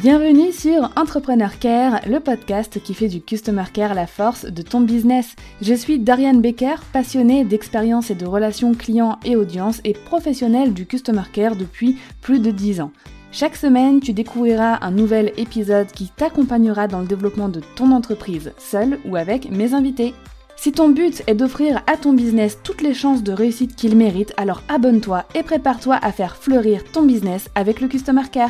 Bienvenue sur Entrepreneur Care, le podcast qui fait du Customer Care la force de ton business. Je suis Doriane Becker, passionnée d'expérience et de relations clients et audience et professionnelle du Customer Care depuis plus de 10 ans. Chaque semaine, tu découvriras un nouvel épisode qui t'accompagnera dans le développement de ton entreprise, seul ou avec mes invités. Si ton but est d'offrir à ton business toutes les chances de réussite qu'il mérite, alors abonne-toi et prépare-toi à faire fleurir ton business avec le Customer Care.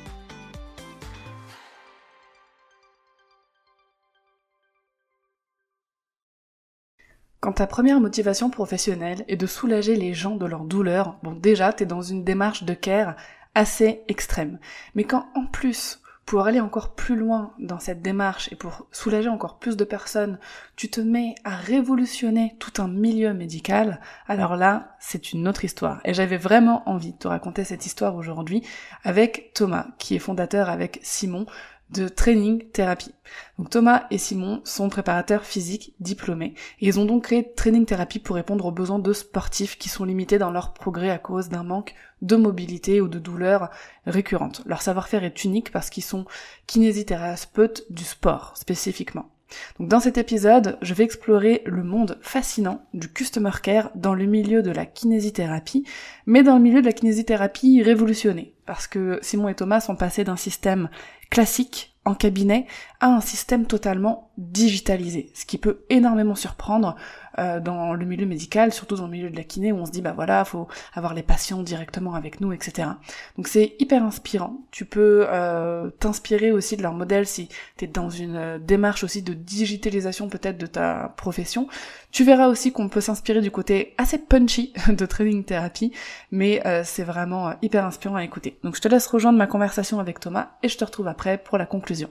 Quand ta première motivation professionnelle est de soulager les gens de leur douleur, bon déjà t'es dans une démarche de care assez extrême. Mais quand en plus, pour aller encore plus loin dans cette démarche et pour soulager encore plus de personnes, tu te mets à révolutionner tout un milieu médical, alors là, c'est une autre histoire. Et j'avais vraiment envie de te raconter cette histoire aujourd'hui avec Thomas, qui est fondateur avec Simon de Training Therapy. Donc Thomas et Simon sont préparateurs physiques diplômés et ils ont donc créé Training Therapy pour répondre aux besoins de sportifs qui sont limités dans leur progrès à cause d'un manque de mobilité ou de douleurs récurrentes. Leur savoir-faire est unique parce qu'ils sont kinésithérapeutes du sport spécifiquement. Donc dans cet épisode, je vais explorer le monde fascinant du Customer Care dans le milieu de la kinésithérapie, mais dans le milieu de la kinésithérapie révolutionnée, parce que Simon et Thomas sont passés d'un système classique en cabinet à un système totalement digitalisé, ce qui peut énormément surprendre dans le milieu médical, surtout dans le milieu de la kiné où on se dit bah voilà, faut avoir les patients directement avec nous, etc. Donc c'est hyper inspirant. Tu peux t'inspirer aussi de leur modèle si t'es dans une démarche aussi de digitalisation peut-être de ta profession. Tu verras aussi qu'on peut s'inspirer du côté assez punchy de Training Therapy, mais c'est vraiment hyper inspirant à écouter. Donc je te laisse rejoindre ma conversation avec Thomas et je te retrouve après pour la conclusion.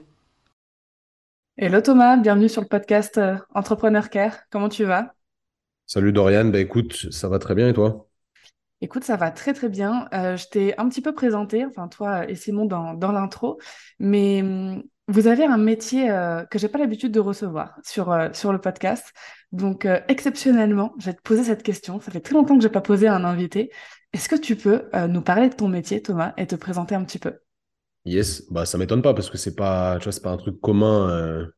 Hello Thomas, bienvenue sur le podcast Entrepreneur Care. Comment tu vas? Salut Dorian, bah écoute, ça va très bien et toi? Écoute, ça va très très bien. Je t'ai un petit peu présenté, enfin toi et Simon dans l'intro, mais vous avez un métier que j'ai pas l'habitude de recevoir sur le podcast. Donc exceptionnellement, je vais te poser cette question. Ça fait très longtemps que j'ai pas posé à un invité. Est-ce que tu peux nous parler de ton métier, Thomas, et te présenter un petit peu? Yes, bah ça m'étonne pas parce que c'est pas, tu vois, c'est pas un truc commun,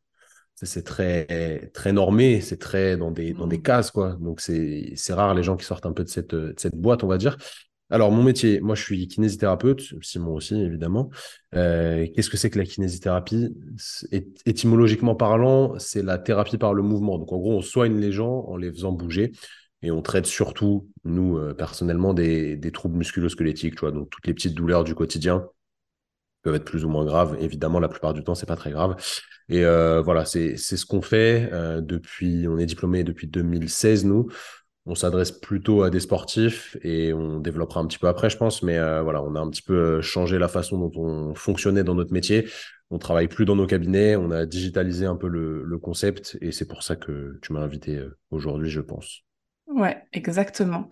c'est très très normé, c'est très dans des cases quoi. Donc c'est rare les gens qui sortent un peu de cette boîte, on va dire. Alors mon métier, moi je suis kinésithérapeute, Simon aussi évidemment. Qu'est-ce que c'est que la kinésithérapie? Étymologiquement parlant, c'est la thérapie par le mouvement. Donc en gros, on soigne les gens en les faisant bouger. Et on traite surtout, nous, personnellement, des troubles musculo-squelettiques, tu vois, donc toutes les petites douleurs du quotidien peuvent être plus ou moins graves. Évidemment, la plupart du temps, c'est pas très grave. Et voilà, c'est ce qu'on fait depuis. On est diplômé depuis 2016, nous. On s'adresse plutôt à des sportifs et on développera un petit peu après, je pense. Mais voilà, on a un petit peu changé la façon dont on fonctionnait dans notre métier. On travaille plus dans nos cabinets. On a digitalisé un peu le concept et c'est pour ça que tu m'as invité aujourd'hui, je pense. Ouais, exactement.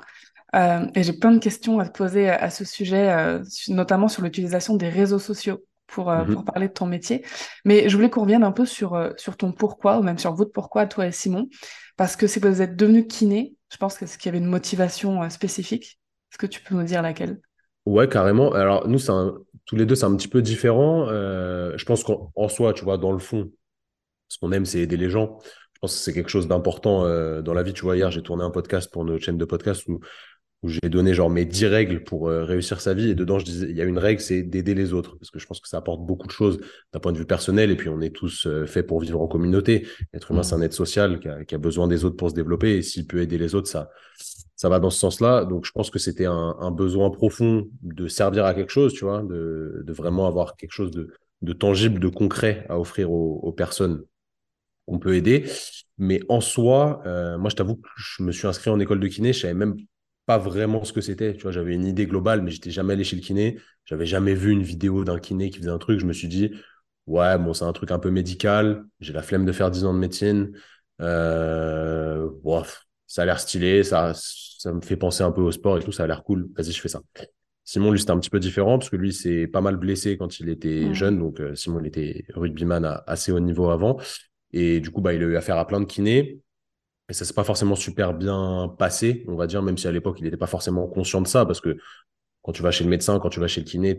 Et j'ai plein de questions à te poser à ce sujet, notamment sur l'utilisation des réseaux sociaux pour Mhm. parler de ton métier. Mais je voulais qu'on revienne un peu sur ton pourquoi, ou même sur votre pourquoi, toi et Simon, parce que c'est que vous êtes devenus kiné. Je pense que c'est qu'il y avait une motivation spécifique. Est-ce que tu peux nous dire laquelle? Ouais, carrément. Alors, nous, tous les deux, c'est un petit peu différent. Je pense qu'en soi, tu vois, dans le fond, ce qu'on aime, c'est aider les gens. Je pense que c'est quelque chose d'important dans la vie. Tu vois, hier, j'ai tourné un podcast pour notre chaîne de podcast où j'ai donné genre mes 10 règles pour réussir sa vie. Et dedans, je disais, il y a une règle, c'est d'aider les autres. Parce que je pense que ça apporte beaucoup de choses d'un point de vue personnel. Et puis, on est tous faits pour vivre en communauté. L'être humain, c'est un Mm. être social qui a besoin des autres pour se développer. Et s'il peut aider les autres, ça va dans ce sens-là. Donc, je pense que c'était un besoin profond de servir à quelque chose, tu vois, de vraiment avoir quelque chose de tangible, de concret à offrir aux personnes qu'on peut aider. Mais en soi, moi, je t'avoue que je me suis inscrit en école de kiné. Je savais même pas vraiment ce que c'était. Tu vois, j'avais une idée globale, mais j'étais jamais allé chez le kiné. J'avais jamais vu une vidéo d'un kiné qui faisait un truc. Je me suis dit, ouais, bon, c'est un truc un peu médical. J'ai la flemme de faire 10 ans de médecine. Bof, ça a l'air stylé. Ça me fait penser un peu au sport et tout. Ça a l'air cool. Vas-y, je fais ça. Simon, lui, c'était un petit peu différent parce que lui, s'est pas mal blessé quand il était Mm. jeune. Donc, Simon, il était rugbyman à assez haut niveau avant. Et du coup, bah, il a eu affaire à plein de kinés. Et ça s'est pas forcément super bien passé, on va dire, même si à l'époque, il n'était pas forcément conscient de ça, parce que quand tu vas chez le médecin, quand tu vas chez le kiné,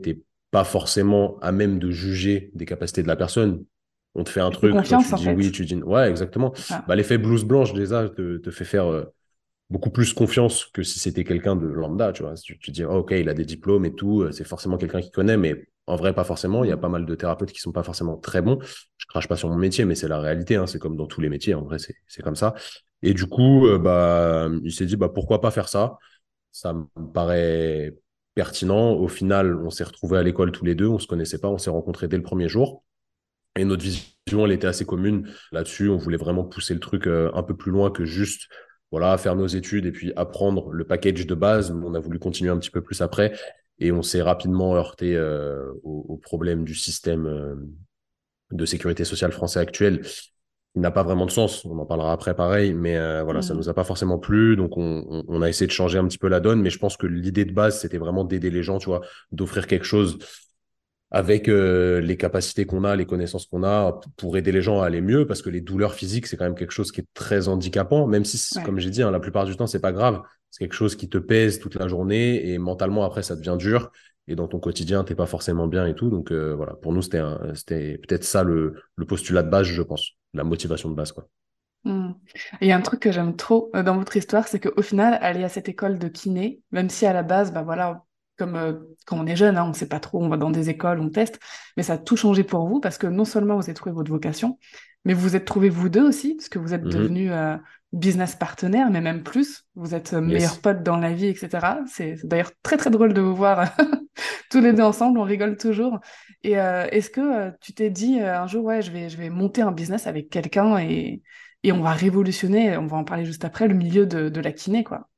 pas forcément à même de juger des capacités de la personne. On te fait un Tu fais truc, toi tu confiance, en dis oui, fait. tu dis ouais, exactement. C'est ça. Bah, l'effet blouse blanche, déjà, te fait faire beaucoup plus confiance que si c'était quelqu'un de lambda, tu vois. Si tu te dis, oh, ok, il a des diplômes et tout, c'est forcément quelqu'un qui connaît, mais en vrai, pas forcément. Il y a pas Mm. mal de thérapeutes qui sont pas forcément très bons. Je crache pas sur mon métier, mais c'est la réalité, hein. C'est comme dans tous les métiers, en vrai, c'est comme ça. Et du coup, bah, il s'est dit, bah, pourquoi pas faire ça? Ça me paraît pertinent. Au final, on s'est retrouvés à l'école tous les deux, on se connaissait pas, on s'est rencontrés dès le premier jour. Et notre vision, elle était assez commune là-dessus. On voulait vraiment pousser le truc un peu plus loin que juste voilà, faire nos études et puis apprendre le package de base. On a voulu continuer un petit peu plus après et on s'est rapidement heurté au problème du système de sécurité sociale français actuel. Il n'a pas vraiment de sens. On en parlera après pareil, mais voilà, ça nous Mm. a pas forcément plu. Donc on a essayé de changer un petit peu la donne, mais je pense que l'idée de base, c'était vraiment d'aider les gens, tu vois, d'offrir quelque chose avec les capacités qu'on a, les connaissances qu'on a pour aider les gens à aller mieux, parce que les douleurs physiques, c'est quand même quelque chose qui est très handicapant, même si, Ouais. comme j'ai dit, hein, la plupart du temps, c'est pas grave. C'est quelque chose qui te pèse toute la journée et mentalement, après, ça devient dur. Et dans ton quotidien, t'es pas forcément bien et tout. Donc voilà, pour nous, c'était peut-être ça le postulat de base, je pense, la motivation de base, quoi. Mm. Et il y a un truc que j'aime trop dans votre histoire, c'est qu'au final, aller à cette école de kiné, même si à la base, bah voilà, comme quand on est jeune, hein, on sait pas trop, on va dans des écoles, on teste, mais ça a tout changé pour vous parce que non seulement vous avez trouvé votre vocation, mais vous vous êtes trouvés vous deux aussi, parce que vous êtes Mhm. devenus business partenaires, mais même plus, vous êtes meilleurs Yes. potes dans la vie, etc. C'est d'ailleurs très très drôle de vous voir tous les deux ensemble, on rigole toujours. Et est-ce que tu t'es dit un jour, ouais, je vais monter un business avec quelqu'un et on va révolutionner, on va en parler juste après, le milieu de la kiné, quoi.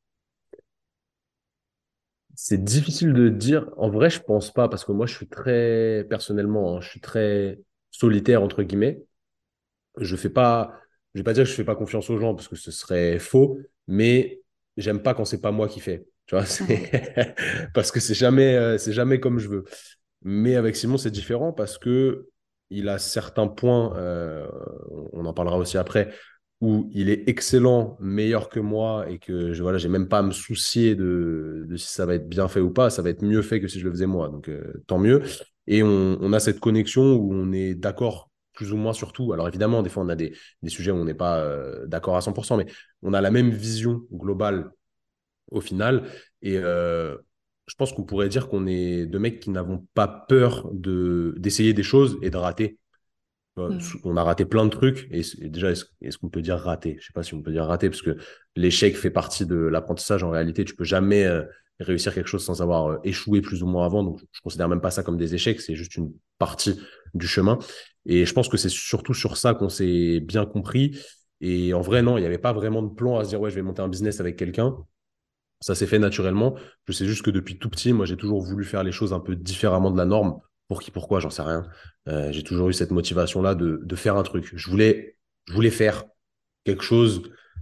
C'est difficile de dire. En vrai, je pense pas, parce que moi, je suis très, personnellement, hein, je suis très solitaire, entre guillemets. Je fais pas, je vais pas dire que je fais pas confiance aux gens parce que ce serait faux, mais j'aime pas quand c'est pas moi qui fais. Tu vois, Mhm. parce que c'est jamais comme je veux. Mais avec Simon, c'est différent parce que il a certains points, on en parlera aussi après, où il est excellent, meilleur que moi et que voilà, j'ai même pas à me soucier de si ça va être bien fait ou pas. Ça va être mieux fait que si je le faisais moi. Donc tant mieux. Et on a cette connexion où on est d'accord plus ou moins sur tout. Alors évidemment, des fois, on a des sujets où on n'est pas d'accord à 100%, mais on a la même vision globale au final. Et je pense qu'on pourrait dire qu'on est deux mecs qui n'avons pas peur d'essayer des choses et de rater. Mhm. On a raté plein de trucs. Et déjà, est-ce qu'on peut dire rater? Je sais pas si on peut dire rater, parce que l'échec fait partie de l'apprentissage. En réalité, tu peux jamais réussir quelque chose sans avoir échoué plus ou moins avant. Donc, je considère même pas ça comme des échecs. C'est juste une partie du chemin. Et je pense que c'est surtout sur ça qu'on s'est bien compris. Et en vrai, non, il n'y avait pas vraiment de plan à se dire, ouais, je vais monter un business avec quelqu'un. Ça s'est fait naturellement. Je sais juste que depuis tout petit, moi, j'ai toujours voulu faire les choses un peu différemment de la norme. Pour qui, pourquoi, j'en sais rien. J'ai toujours eu cette motivation-là de faire un truc. Je voulais faire quelque chose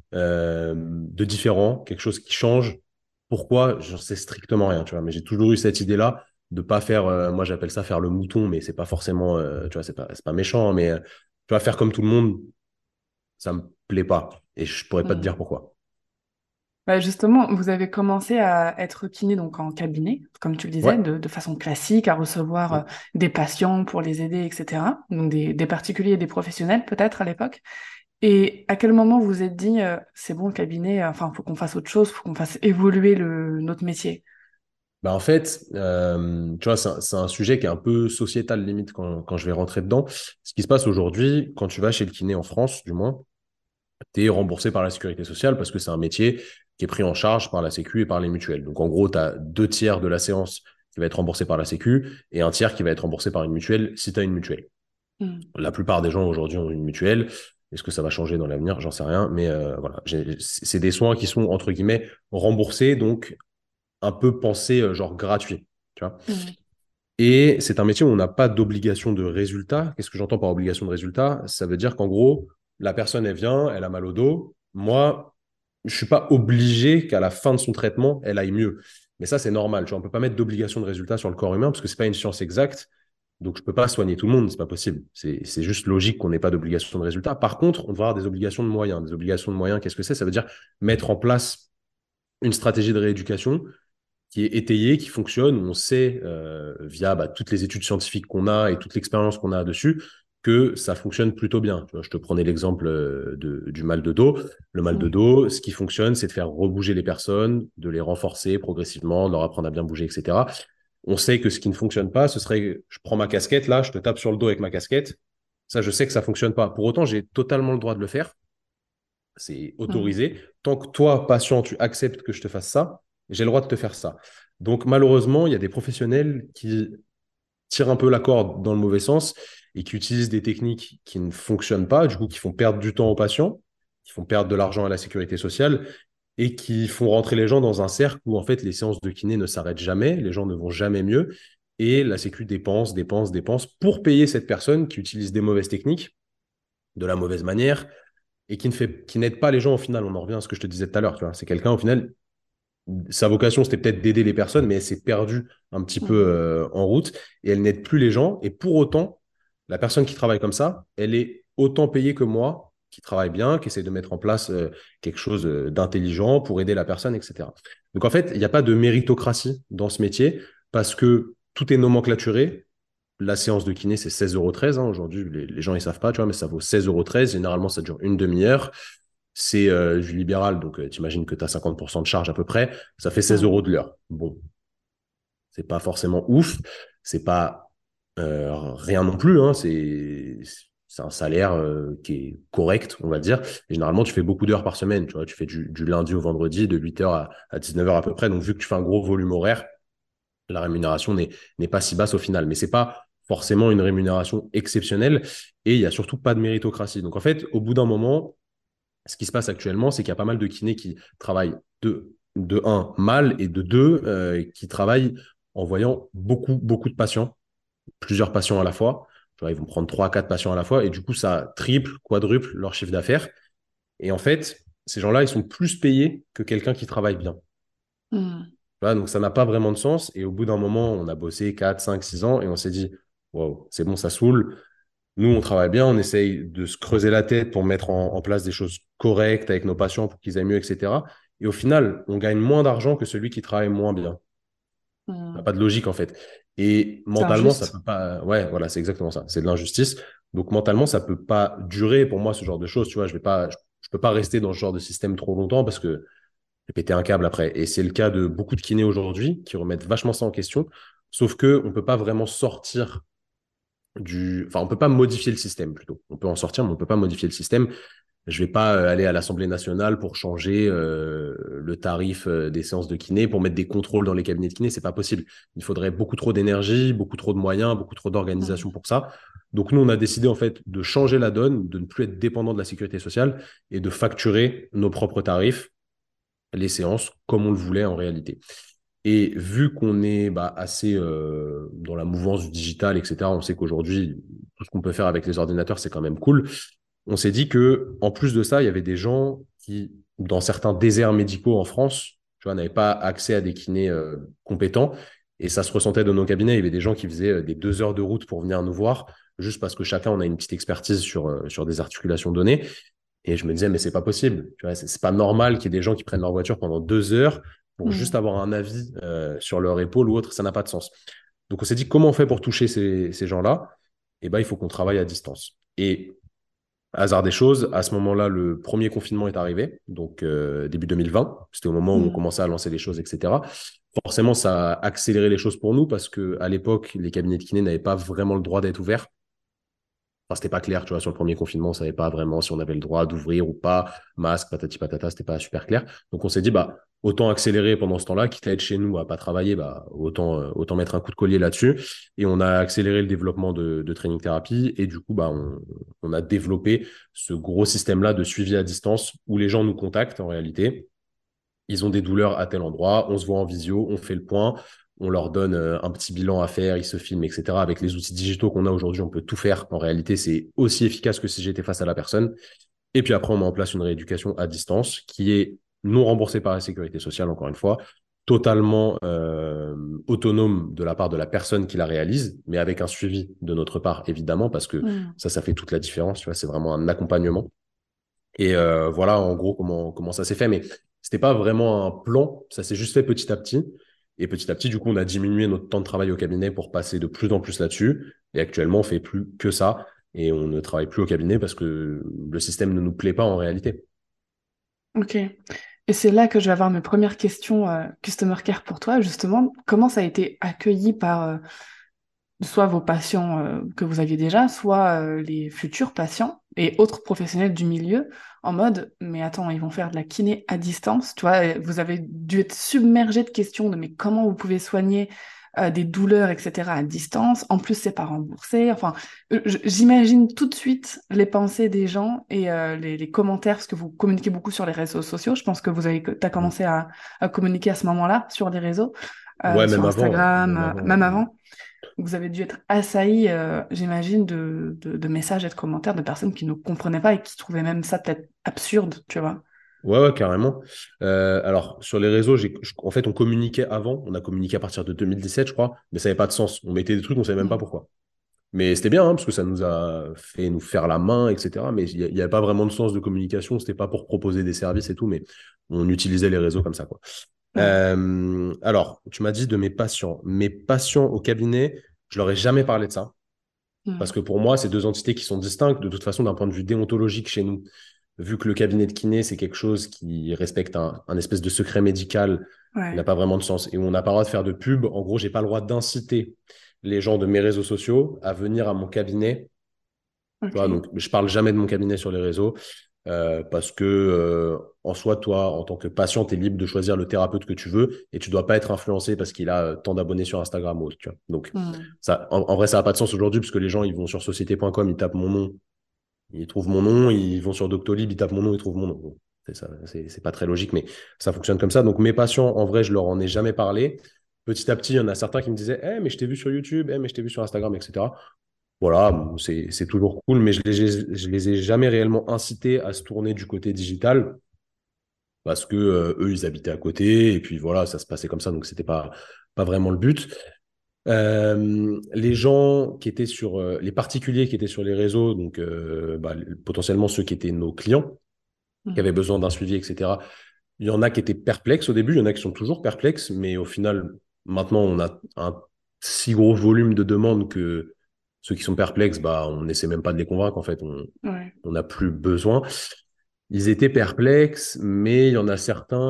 de différent, quelque chose qui change. Pourquoi? J'en sais strictement rien, tu vois. Mais j'ai toujours eu cette idée-là de pas faire, moi j'appelle ça faire le mouton, mais c'est pas forcément, tu vois, c'est pas méchant, hein, mais tu vois, faire comme tout le monde, ça me plaît pas. Et je pourrais pas te dire Mhm. pourquoi. Bah, justement, vous avez commencé à être kiné donc en cabinet, comme tu le disais, Ouais. de façon classique, à recevoir des patients pour les aider, etc. Donc des particuliers et des professionnels peut-être à l'époque. Et à quel moment vous vous êtes dit, c'est bon le cabinet, enfin, faut qu'on fasse autre chose, faut qu'on fasse évoluer notre métier. Bah en fait, tu vois, c'est un sujet qui est un peu sociétal limite quand je vais rentrer dedans. Ce qui se passe aujourd'hui, quand tu vas chez le kiné en France, du moins, tu es remboursé par la sécurité sociale parce que c'est un métier qui est pris en charge par la Sécu et par les mutuelles. Donc en gros, tu as deux tiers de la séance qui va être remboursée par la Sécu et un tiers qui va être remboursé par une mutuelle si tu as une mutuelle. Mhm. La plupart des gens aujourd'hui ont une mutuelle. Est-ce que ça va changer dans l'avenir? J'en sais rien. Mais voilà, c'est des soins qui sont, entre guillemets, remboursés, donc un peu pensés genre gratuits. Tu vois. Mhm. Et c'est un métier où on n'a pas d'obligation de résultat. Qu'est-ce que j'entends par obligation de résultat? Ça veut dire qu'en gros, la personne, elle vient, elle a mal au dos. Moi, je suis pas obligé qu'à la fin de son traitement, elle aille mieux. Mais ça, c'est normal. Tu vois, on peut pas mettre d'obligation de résultat sur le corps humain parce que c'est pas une science exacte. Donc, je peux pas soigner tout le monde. C'est pas possible. C'est juste logique qu'on n'ait pas d'obligation de résultat. Par contre, on devra avoir des obligations de moyens. Des obligations de moyens, qu'est-ce que c'est? Ça veut dire mettre en place une stratégie de rééducation qui est étayé, qui fonctionne, où on sait, via toutes les études scientifiques qu'on a et toute l'expérience qu'on a dessus, que ça fonctionne plutôt bien. Tu vois, je te prenais l'exemple du mal de dos. Le mal de Mhm. dos, ce qui fonctionne, c'est de faire rebouger les personnes, de les renforcer progressivement, de leur apprendre à bien bouger, etc. On sait que ce qui ne fonctionne pas, ce serait, je prends ma casquette, là, je te tape sur le dos avec ma casquette. Ça, je sais que ça fonctionne pas. Pour autant, j'ai totalement le droit de le faire. C'est Mhm. autorisé. Tant que toi, patient, tu acceptes que je te fasse ça, j'ai le droit de te faire ça. Donc, malheureusement, il y a des professionnels qui tirent un peu la corde dans le mauvais sens et qui utilisent des techniques qui ne fonctionnent pas, du coup, qui font perdre du temps aux patients, qui font perdre de l'argent à la sécurité sociale et qui font rentrer les gens dans un cercle où, en fait, les séances de kiné ne s'arrêtent jamais, les gens ne vont jamais mieux et la Sécu dépense, dépense, dépense pour payer cette personne qui utilise des mauvaises techniques de la mauvaise manière et qui n'aide pas les gens au final. On en revient à ce que je te disais tout à l'heure. Tu vois. C'est quelqu'un, au final, sa vocation, c'était peut-être d'aider les personnes, mais elle s'est perdue un petit peu Mhm. en route et elle n'aide plus les gens. Et pour autant, la personne qui travaille comme ça, elle est autant payée que moi, qui travaille bien, qui essaie de mettre en place quelque chose d'intelligent pour aider la personne, etc. Donc en fait, il n'y a pas de méritocratie dans ce métier parce que tout est nomenclaturé. La séance de kiné, c'est 16,13 € hein. Aujourd'hui, les gens, ils savent pas, tu vois, mais ça vaut 16,13 €. Généralement, ça dure une demi-heure. C'est du libéral, donc tu imagines que tu as 50% de charge à peu près. Ça fait 16 Mhm. euros de l'heure. Bon, c'est pas forcément ouf. C'est pas rien non plus. Hein. C'est un salaire qui est correct, on va dire. Et généralement, tu fais beaucoup d'heures par semaine. Tu vois, tu fais du lundi au vendredi, de 8 heures à 19 heures à peu près. Donc, vu que tu fais un gros volume horaire, la rémunération n'est pas si basse au final. Mais c'est pas forcément une rémunération exceptionnelle et il y a surtout pas de méritocratie. Donc, en fait, au bout d'un moment, ce qui se passe actuellement, c'est qu'il y a pas mal de kinés qui travaillent de un, mal, et de deux, qui travaillent en voyant beaucoup, beaucoup de patients, plusieurs patients à la fois. Tu vois, ils vont prendre trois, quatre patients à la fois, et du coup, ça triple, quadruple leur chiffre d'affaires. Et en fait, ces gens-là, ils sont plus payés que quelqu'un qui travaille bien. Mhm. Tu vois, donc ça n'a pas vraiment de sens. Et au bout d'un moment, on a bossé 4, 5, 6 ans, et on s'est dit, wow, c'est bon, ça saoule. Nous, on travaille bien, on essaye de se creuser la tête pour mettre en place des choses correctes avec nos patients pour qu'ils aillent mieux, etc. Et au final, on gagne moins d'argent que celui qui travaille moins bien. Ça n'a Mhm. pas de logique, en fait. Et C'est mentalement, ça injuste. peut pas. Ouais, voilà, c'est exactement ça. C'est de l'injustice. Donc, mentalement, ça peut pas durer pour moi, ce genre de choses. Tu vois, je peux pas rester dans ce genre de système trop longtemps parce que je vais péter un câble après. Et c'est le cas de beaucoup de kinés aujourd'hui qui remettent vachement ça en question. Sauf que on peut pas vraiment sortir enfin, on peut pas modifier le système plutôt. On peut en sortir, mais on peut pas modifier le système. Je vais pas aller à l'Assemblée nationale pour changer le tarif des séances de kiné, pour mettre des contrôles dans les cabinets de kiné. C'est pas possible. Il faudrait beaucoup trop d'énergie, beaucoup trop de moyens, beaucoup trop d'organisation Mhm. pour ça. Donc nous, on a décidé en fait de changer la donne, de ne plus être dépendant de la sécurité sociale et de facturer nos propres tarifs, les séances, comme on le voulait en réalité. Et vu qu'on est assez dans la mouvance du digital, etc., on sait qu'aujourd'hui, tout ce qu'on peut faire avec les ordinateurs, c'est quand même cool. On s'est dit que, en plus de ça, il y avait des gens qui, dans certains déserts médicaux en France, tu vois, n'avaient pas accès à des kinés compétents. Et ça se ressentait dans nos cabinets. Il y avait des gens qui faisaient des 2 heures de route pour venir nous voir, juste parce que chacun, on a une petite expertise sur des articulations données. Et je me disais, mais c'est pas possible. Tu vois, c'est pas normal qu'il y ait des gens qui prennent leur voiture pendant 2 heures pour juste Mhm. avoir un avis sur leur épaule ou autre. Ça n'a pas de sens. Donc, on s'est dit, comment on fait pour toucher ces gens-là? Eh ben, il faut qu'on travaille à distance. Et hasard des choses, à ce moment-là, le premier confinement est arrivé, donc début 2020. C'était au moment où on Mhm. commençait à lancer les choses, etc. Forcément, ça a accéléré les choses pour nous parce que à l'époque, les cabinets de kiné n'avaient pas vraiment le droit d'être ouverts. Enfin, c'était pas clair, tu vois, sur le premier confinement, on savait pas vraiment si on avait le droit d'ouvrir ou pas, masque, patati patata, c'était pas super clair. Donc on s'est dit, autant accélérer pendant ce temps-là, quitte à être chez nous à pas travailler, autant mettre un coup de collier là-dessus. Et on a accéléré le développement de training thérapie et du coup, on a développé ce gros système-là de suivi à distance où les gens nous contactent en réalité. Ils ont des douleurs à tel endroit, on se voit en visio, on fait le point, on leur donne un petit bilan à faire, ils se filment, etc. Avec les outils digitaux qu'on a aujourd'hui, on peut tout faire. En réalité, c'est aussi efficace que si j'étais face à la personne. Et puis après, on met en place une rééducation à distance qui est non remboursée par la sécurité sociale, encore une fois, totalement autonome de la part de la personne qui la réalise, mais avec un suivi de notre part, évidemment, parce que Mhm. ça fait toute la différence. Tu vois, c'est vraiment un accompagnement. Et voilà, en gros, comment ça s'est fait. Mais c'était pas vraiment un plan, ça s'est juste fait petit à petit. Et petit à petit, du coup, on a diminué notre temps de travail au cabinet pour passer de plus en plus là-dessus. Et actuellement, on fait plus que ça et on ne travaille plus au cabinet parce que le système ne nous plaît pas en réalité. Ok. Et c'est là que je vais avoir mes premières questions Customer Care pour toi, justement. Comment ça a été accueilli par soit vos patients que vous aviez déjà, soit les futurs patients et autres professionnels du milieu, en mode, mais attends, ils vont faire de la kiné à distance, tu vois, et vous avez dû être submergé de questions de mais comment vous pouvez soigner des douleurs, etc. à distance, en plus c'est pas remboursé, enfin, j'imagine tout de suite les pensées des gens et les commentaires, parce que vous communiquez beaucoup sur les réseaux sociaux, je pense que t'as commencé à communiquer à ce moment-là sur les réseaux, Ouais, sur même avant, hein, Instagram, même avant. même avant. Vous avez dû être assailli, j'imagine, de messages et de commentaires de personnes qui ne comprenaient pas et qui trouvaient même ça peut-être absurde, tu vois. Ouais, ouais, carrément. Alors, sur les réseaux, en fait, on communiquait avant. On a communiqué à partir de 2017, je crois, mais ça n'avait pas de sens. On mettait des trucs, on ne savait même pas Mm. pourquoi. Mais c'était bien, hein, parce que ça nous a fait nous faire la main, etc. Mais il n'y avait pas vraiment de sens de communication. C'était pas pour proposer des services et tout, mais on utilisait les réseaux comme ça, quoi. Ouais. Alors, tu m'as dit de mes patients. Mes patients au cabinet, je leur ai jamais parlé de ça. Parce Mm. que pour moi, c'est deux entités qui sont distinctes, de toute façon, d'un point de vue déontologique chez nous. Vu que le cabinet de kiné, c'est quelque chose qui respecte un espèce de secret médical qui n'a Ouais. pas vraiment de sens et où on n'a pas le droit de faire de pub. En gros, j'ai pas le droit d'inciter les gens de mes réseaux sociaux à venir à mon cabinet. Tu vois, Ok. donc, je parle jamais de mon cabinet sur les réseaux parce que, en soi, toi, en tant que patient, tu es libre de choisir le thérapeute que tu veux et tu dois pas être influencé parce qu'il a tant d'abonnés sur Instagram ou autre, tu vois. Donc, Mm. ça, en vrai, ça n'a pas de sens aujourd'hui parce que les gens, ils vont sur société.com, ils tapent mon nom, ils trouvent mon nom, ils vont sur Doctolib, ils tapent mon nom, ils trouvent mon nom. Bon, c'est ça, c'est pas très logique, mais ça fonctionne comme ça. Donc, mes patients, en vrai, je leur en ai jamais parlé. Petit à petit, il y en a certains qui me disaient, eh, mais je t'ai vu sur YouTube, eh, mais je t'ai vu sur Instagram, etc. Voilà, bon, c'est toujours cool, mais je les ai jamais réellement incités à se tourner du côté digital parce que eux, ils habitaient à côté et puis voilà, ça se passait comme ça, donc c'était pas vraiment le but. Les gens qui étaient sur les particuliers qui étaient sur les réseaux, donc bah, potentiellement ceux qui étaient nos clients, qui Mm. avaient besoin d'un suivi, etc. Il y en a qui étaient perplexes au début, il y en a qui sont toujours perplexes, mais au final, maintenant, on a un si gros volume de demandes que ceux qui sont perplexes, bah, on n'essaie même pas de les convaincre, en fait, Ouais. on n'a plus besoin. Ils étaient perplexes, mais il y en a certains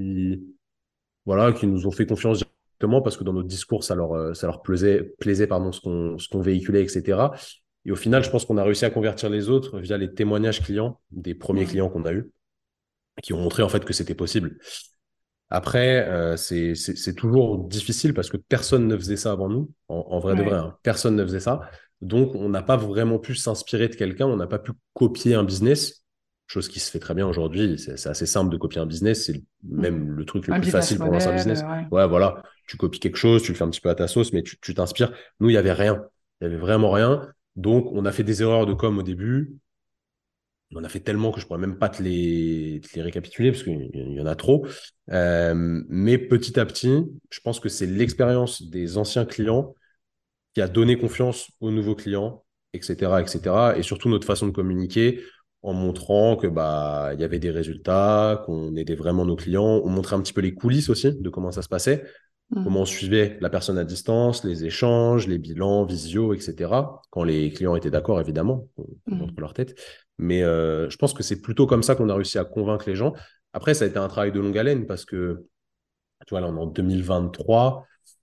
voilà, qui nous ont fait confiance directement parce que dans notre discours, ça leur plaisait pardon, ce qu'on véhiculait, etc. Et au final, je pense qu'on a réussi à convertir les autres via les témoignages clients des premiers Mm. clients qu'on a eus, qui ont montré en fait que c'était possible. Après, c'est toujours difficile parce que personne ne faisait ça avant nous, en vrai de vrai, Ouais. hein. Personne ne faisait ça. Donc, on n'a pas vraiment pu s'inspirer de quelqu'un, on n'a pas pu copier un business, chose qui se fait très bien aujourd'hui. C'est assez simple de copier un business, c'est Mm. même le truc le Un plus business facile pour lancer un model, business. ouais. Ouais, voilà, tu copies quelque chose, tu le fais un petit peu à ta sauce, mais tu t'inspires. Nous, il n'y avait rien. Il n'y avait vraiment rien. Donc, on a fait des erreurs de com au début. On en a fait tellement que je pourrais même pas te les récapituler parce qu'il y en a trop. Mais petit à petit, je pense que c'est l'expérience des anciens clients qui a donné confiance aux nouveaux clients, etc., etc. Et surtout notre façon de communiquer en montrant que bah il y avait des résultats, qu'on aidait vraiment nos clients. On montrait un petit peu les coulisses aussi de comment ça se passait, comment on Mm. suivait la personne à distance, les échanges, les bilans, visio, etc. Quand les clients étaient d'accord, évidemment, qu'on montre Mm. leur tête. Mais je pense que c'est plutôt comme ça qu'on a réussi à convaincre les gens. Après, ça a été un travail de longue haleine parce que, tu vois, là, on est en 2023.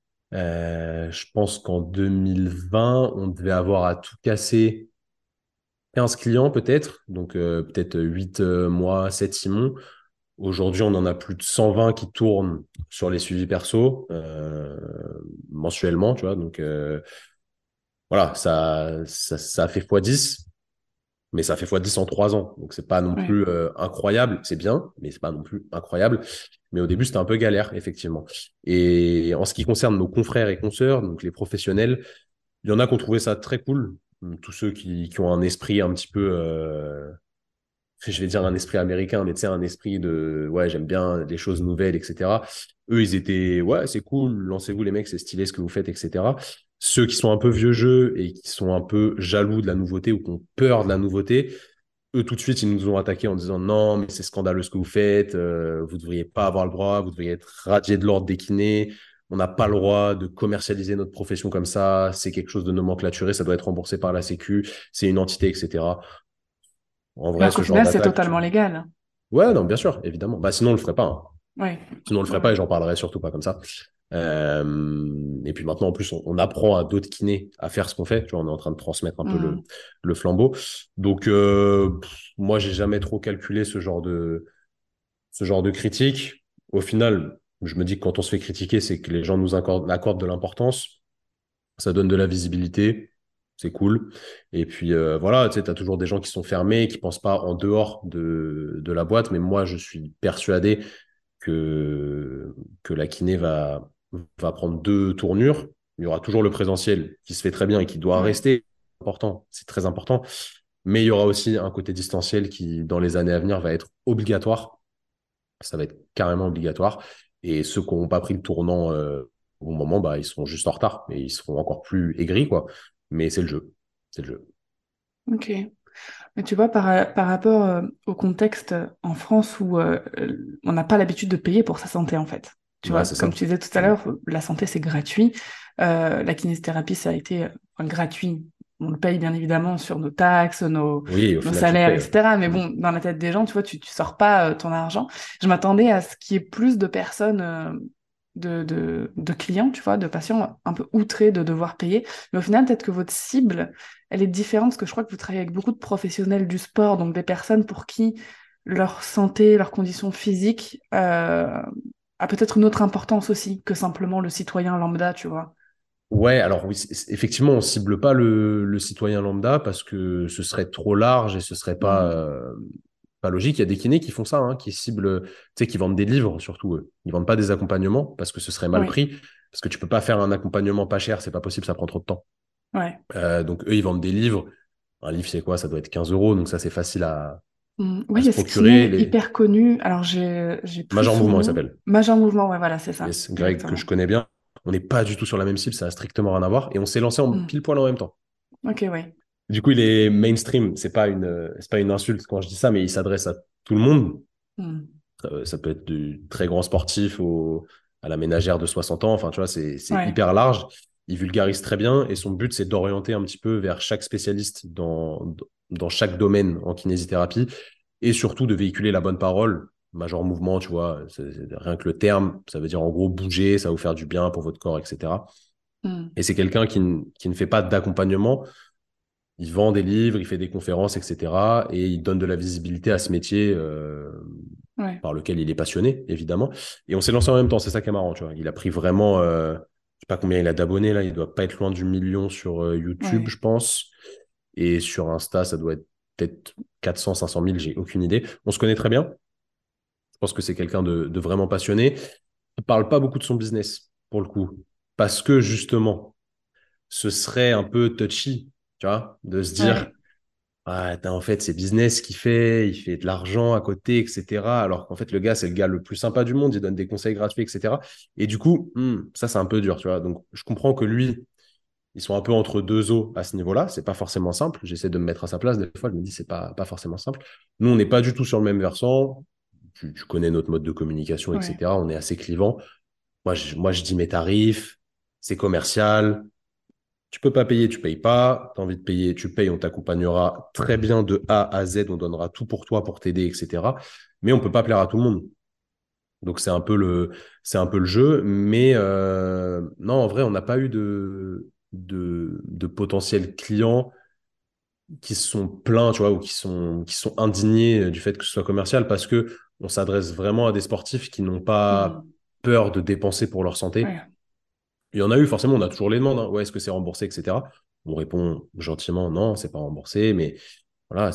Je pense qu'en 2020, on devait avoir à tout casser 15 clients peut-être, donc peut-être 8 mois, 7 Simon. Aujourd'hui, on en a plus de 120 qui tournent sur les suivis perso mensuellement, tu vois. Donc voilà, ça a fait x10, mais ça fait x10 en 3 ans. Donc c'est pas non Ouais. plus incroyable. C'est bien, mais c'est pas non plus incroyable. Mais au début, c'était un peu galère, effectivement. Et en ce qui concerne nos confrères et consoeurs, donc les professionnels, il y en a qui ont trouvé ça très cool. Tous ceux qui ont un esprit un petit peu je vais dire un esprit américain, mais tu sais, un esprit de, ouais, j'aime bien les choses nouvelles, etc. Eux, ils étaient, ouais, c'est cool, lancez-vous les mecs, c'est stylé ce que vous faites, etc. Ceux qui sont un peu vieux jeu et qui sont un peu jaloux de la nouveauté ou qui ont peur de la nouveauté, eux, tout de suite, ils nous ont attaqué en disant non, mais c'est scandaleux ce que vous faites, vous devriez pas avoir le droit, vous devriez être radié de l'ordre des kinés, on n'a pas le droit de commercialiser notre profession comme ça, c'est quelque chose de nomenclaturé, ça doit être remboursé par la Sécu, c'est une entité, etc. En vrai, Alors qu'au ce genre final, c'est d'attaque, totalement légal. ouais, non, bien sûr, évidemment. Bah, sinon, on le ferait pas, hein. Oui, Sinon, on le ouais, ferait pas et ouais. j'en parlerai surtout pas comme ça. Et puis maintenant, en plus, on apprend à d'autres kinés à faire ce qu'on fait. Tu vois, on est en train de transmettre un peu Hmm. le flambeau. Donc, moi, j'ai jamais trop calculé ce genre de critique. Au final, je me dis que quand on se fait critiquer, c'est que les gens nous accordent de l'importance. Ça donne de la visibilité. C'est cool. Et puis voilà, tu sais, tu as toujours des gens qui sont fermés, qui pensent pas en dehors de la boîte. Mais moi, je suis persuadé que, que la kiné va prendre deux tournures. Il y aura toujours le présentiel qui se fait très bien et qui doit Ouais. rester important. C'est très important. Mais il y aura aussi un côté distanciel qui, dans les années à venir, va être obligatoire. Ça va être carrément obligatoire. Et ceux qui n'ont pas pris le tournant au bon moment, bah, ils seront juste en retard. Et ils seront encore plus aigris, quoi. Mais c'est le jeu. C'est le jeu. Ok. Mais tu vois, par rapport au contexte en France où on n'a pas l'habitude de payer pour sa santé, en fait. Tu Ouais, vois, c'est comme ça. tu disais tout à Mm. l'heure, la santé, c'est gratuit. La kinésithérapie, ça a été enfin, gratuit. On le paye bien évidemment sur nos taxes, Oui, au nos final, tu te salaires, payes. Ouais. etc. Mais Mm. bon, dans la tête des gens, tu vois, tu sors pas ton argent. Je m'attendais à ce qu'il y ait plus de personnes, de clients, tu vois, de patients un peu outrés de devoir payer. Mais au final, peut-être que votre cible, elle est différente parce que je crois que vous travaillez avec beaucoup de professionnels du sport, donc des personnes pour qui leur santé, leurs conditions physiques a peut-être une autre importance aussi que simplement le citoyen lambda, tu vois. Ouais, alors oui, effectivement, on cible pas le citoyen lambda parce que ce serait trop large et ce serait Hmm. pas logique. Il y a des kinés qui font ça, hein, qui ciblent, tu sais, qui vendent des livres surtout. Eux. Ils vendent pas des accompagnements parce que ce serait mal Oui, pris, parce que tu peux pas faire un accompagnement pas cher, c'est pas possible, ça prend trop de temps. ouais. Donc eux, ils vendent des livres. Un livre, c'est quoi? Ça doit être 15 euros, donc ça, c'est facile à Oui, il y se a ce procurer. kiné Les hyper connu. Alors, j'ai plus Major son Mouvement, il nom. s'appelle. Major Mouvement, ouais, voilà, c'est ça, Yes, Greg, que je exactement. connais bien. On n'est pas du tout sur la même cible, ça a strictement rien à voir. Et on s'est lancé en Hmm. pile poil en même temps. Ok, ouais. Du coup, il est mainstream. C'est pas une insulte quand je dis ça, mais il s'adresse à tout le monde. Hmm. Ça peut être du très grand sportif à la ménagère de 60 ans. Enfin, tu vois, c'est Ouais. hyper large. Il vulgarise très bien et son but, c'est d'orienter un petit peu vers chaque spécialiste dans chaque domaine en kinésithérapie et surtout de véhiculer la bonne parole. Major mouvement, tu vois, rien que le terme, ça veut dire en gros bouger, ça va vous faire du bien pour votre corps, etc. Hmm. Et c'est quelqu'un qui ne fait pas d'accompagnement, il vend des livres, il fait des conférences, etc. Et il donne de la visibilité à ce métier Ouais. par lequel il est passionné, évidemment. Et on s'est lancé en même temps, c'est ça qui est marrant, tu vois. Il a pris vraiment, je sais pas combien il a d'abonnés là, il doit pas être loin du million sur YouTube, Ouais. je pense. Et sur Insta, ça doit être peut-être 400, 500 000, j'ai aucune idée. On se connaît très bien. Je pense que c'est quelqu'un de vraiment passionné. Il parle pas beaucoup de son business, pour le coup. Parce que justement, ce serait un peu touchy, tu vois, de se dire, Ouais. ah, en fait, c'est business qu'il fait, il fait de l'argent à côté, etc. Alors qu'en fait, le gars, c'est le gars le plus sympa du monde, il donne des conseils gratuits, etc. Et du coup, ça, c'est un peu dur, tu vois. Donc, je comprends que lui, ils sont un peu entre deux eaux à ce niveau-là. C'est pas forcément simple. J'essaie de me mettre à sa place. Des fois, je me dis, c'est pas forcément simple. Nous, on n'est pas du tout sur le même versant. Tu connais notre mode de communication, Ouais. etc. On est assez clivant. Moi, je dis mes tarifs, c'est commercial. Tu peux pas payer, tu payes pas. Tu as envie de payer, tu payes, on t'accompagnera très bien de A à Z, on donnera tout pour toi, pour t'aider, etc. Mais on peut pas plaire à tout le monde. Donc c'est un peu le jeu. Mais non, en vrai, on n'a pas eu de potentiels clients qui se sont plaints, tu vois, ou qui sont indignés du fait que ce soit commercial parce que on s'adresse vraiment à des sportifs qui n'ont pas Hmm. peur de dépenser pour leur santé. Ouais. Il y en a eu, forcément, on a toujours les demandes, hein. Ouais, est-ce que c'est remboursé, etc. On répond gentiment, non, c'est pas remboursé, mais voilà,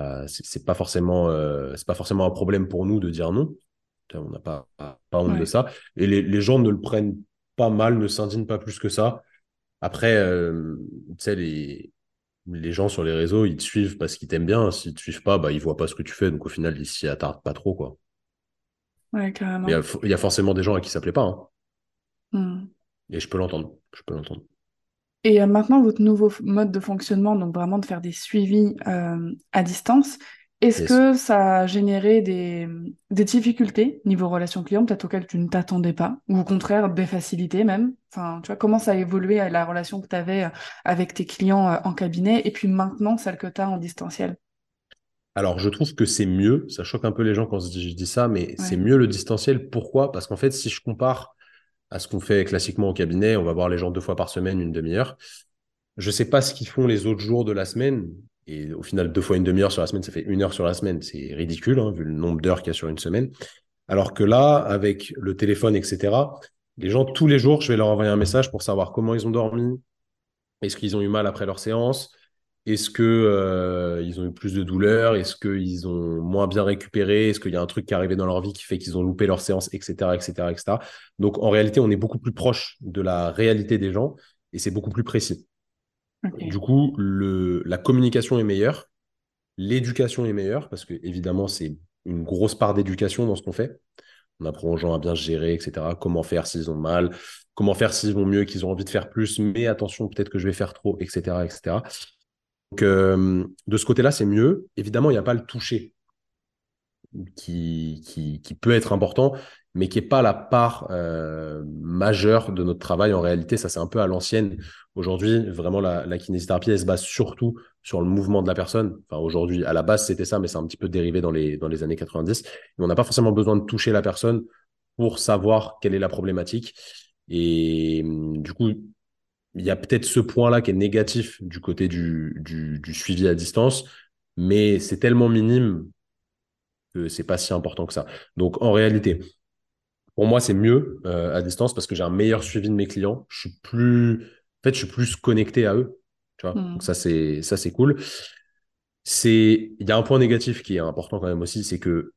c'est pas forcément un problème pour nous de dire non. On n'a pas honte de Ouais. ça. Et les gens ne le prennent pas mal, ne s'indignent pas plus que ça. Après, tu sais, les gens sur les réseaux, ils te suivent parce qu'ils t'aiment bien. S'ils te suivent pas, bah, ils voient pas ce que tu fais. Donc, au final, ils s'y attardent pas trop, quoi. Ouais, Mais carrément. il y a forcément des gens à qui ça plaît pas, hein. Hmm. Et je peux l'entendre. Je peux l'entendre. Et maintenant, votre nouveau mode de fonctionnement, donc vraiment de faire des suivis à distance, Est-ce Yes. que ça a généré des difficultés niveau relation client, peut-être auxquelles tu ne t'attendais pas, ou au contraire des facilités même? Enfin, tu vois, comment ça a évolué la relation que tu avais avec tes clients en cabinet et puis maintenant celle que tu as en distanciel? Alors, je trouve que c'est mieux. Ça choque un peu les gens quand je dis ça, mais c'est Ouais, mieux le distanciel. Pourquoi? Parce qu'en fait, si je compare à ce qu'on fait classiquement au cabinet, on va voir les gens 2 fois par semaine, une demi-heure. Je sais pas ce qu'ils font les autres jours de la semaine. Et au final, 2 fois une demi-heure sur la semaine, ça fait 1 heure sur la semaine. C'est ridicule, hein, vu le nombre d'heures qu'il y a sur une semaine. Alors que là, avec le téléphone, etc., les gens, tous les jours, je vais leur envoyer un message pour savoir comment ils ont dormi, est-ce qu'ils ont eu mal après leur séance, est-ce que, ils ont eu plus de douleurs, est-ce qu'ils ont moins bien récupéré, est-ce qu'il y a un truc qui est arrivé dans leur vie qui fait qu'ils ont loupé leur séance, etc., etc., etc. Donc, en réalité, on est beaucoup plus proche de la réalité des gens et c'est beaucoup plus précis. ok. Du coup, la communication est meilleure, l'éducation est meilleure, parce que évidemment, c'est une grosse part d'éducation dans ce qu'on fait. On apprend aux gens à bien se gérer, etc. Comment faire s'ils ont mal, comment faire s'ils vont mieux, qu'ils ont envie de faire plus, mais attention, peut-être que je vais faire trop, etc., etc. Donc, de ce côté-là, c'est mieux. Évidemment, il n'y a pas le toucher qui peut être important, mais qui n'est pas la part majeure de notre travail en réalité. Ça, c'est un peu à l'ancienne. Aujourd'hui, vraiment, la kinésithérapie, elle se base surtout sur le mouvement de la personne. Enfin, aujourd'hui, à la base, c'était ça, mais c'est un petit peu dérivé dans les années 90. Et on n'a pas forcément besoin de toucher la personne pour savoir quelle est la problématique. Et du coup, il y a peut-être ce point-là qui est négatif du côté du suivi à distance, mais c'est tellement minime que c'est pas si important que ça. Donc en réalité, pour moi, c'est mieux à distance parce que j'ai un meilleur suivi de mes clients. Je suis plus connecté à eux. Tu vois. Donc Hmm. ça c'est cool. Il y a un point négatif qui est important quand même aussi, c'est que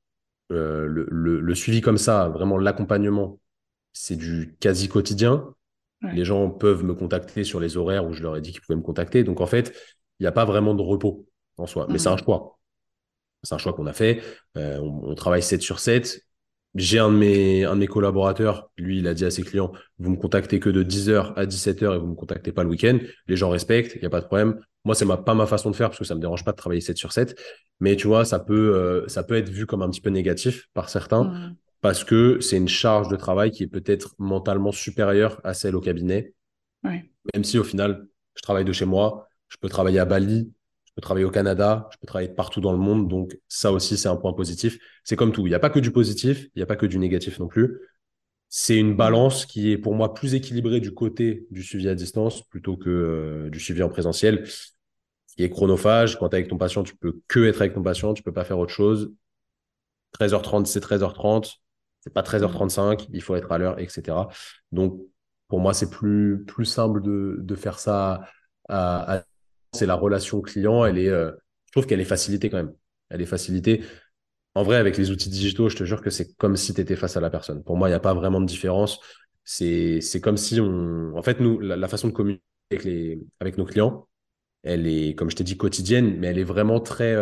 le suivi comme ça, vraiment l'accompagnement, c'est du quasi quotidien. Les Ouais. gens peuvent me contacter sur les horaires où je leur ai dit qu'ils pouvaient me contacter. Donc en fait, il n'y a pas vraiment de repos en soi, mais c'est un Hmm. choix. C'est un choix qu'on a fait. On travaille 7 sur 7. J'ai un de mes collaborateurs, lui, il a dit à ses clients, vous me contactez que de 10h à 17h et vous me contactez pas le week-end. Les gens respectent, il n'y a pas de problème. Moi, c'est pas ma façon de faire parce que ça me dérange pas de travailler 7 sur 7. Mais tu vois, ça peut être vu comme un petit peu négatif par certains Hmm. parce que c'est une charge de travail qui est peut-être mentalement supérieure à celle au cabinet. Ouais. Même si au final, je travaille de chez moi, je peux travailler à Bali, je peux travailler au Canada, je peux travailler partout dans le monde. Donc ça aussi, c'est un point positif. C'est comme tout. Il n'y a pas que du positif, il n'y a pas que du négatif non plus. C'est une Hmm. balance qui est pour moi plus équilibrée du côté du suivi à distance plutôt que du suivi en présentiel, qui est chronophage. Quand tu es avec ton patient, tu peux que être avec ton patient, tu peux pas faire autre chose. 13h30, c'est 13h30. C'est pas Hmm. 13h35, il faut être à l'heure, etc. Donc, pour moi, c'est plus simple de faire ça c'est la relation client, je trouve qu'elle est facilitée quand même. Elle est facilitée. En vrai, avec les outils digitaux, je te jure que c'est comme si tu étais face à la personne. Pour moi, il n'y a pas vraiment de différence. C'est comme si en fait, nous, la façon de communiquer avec nos clients, elle est, comme je t'ai dit, quotidienne, mais elle est vraiment très,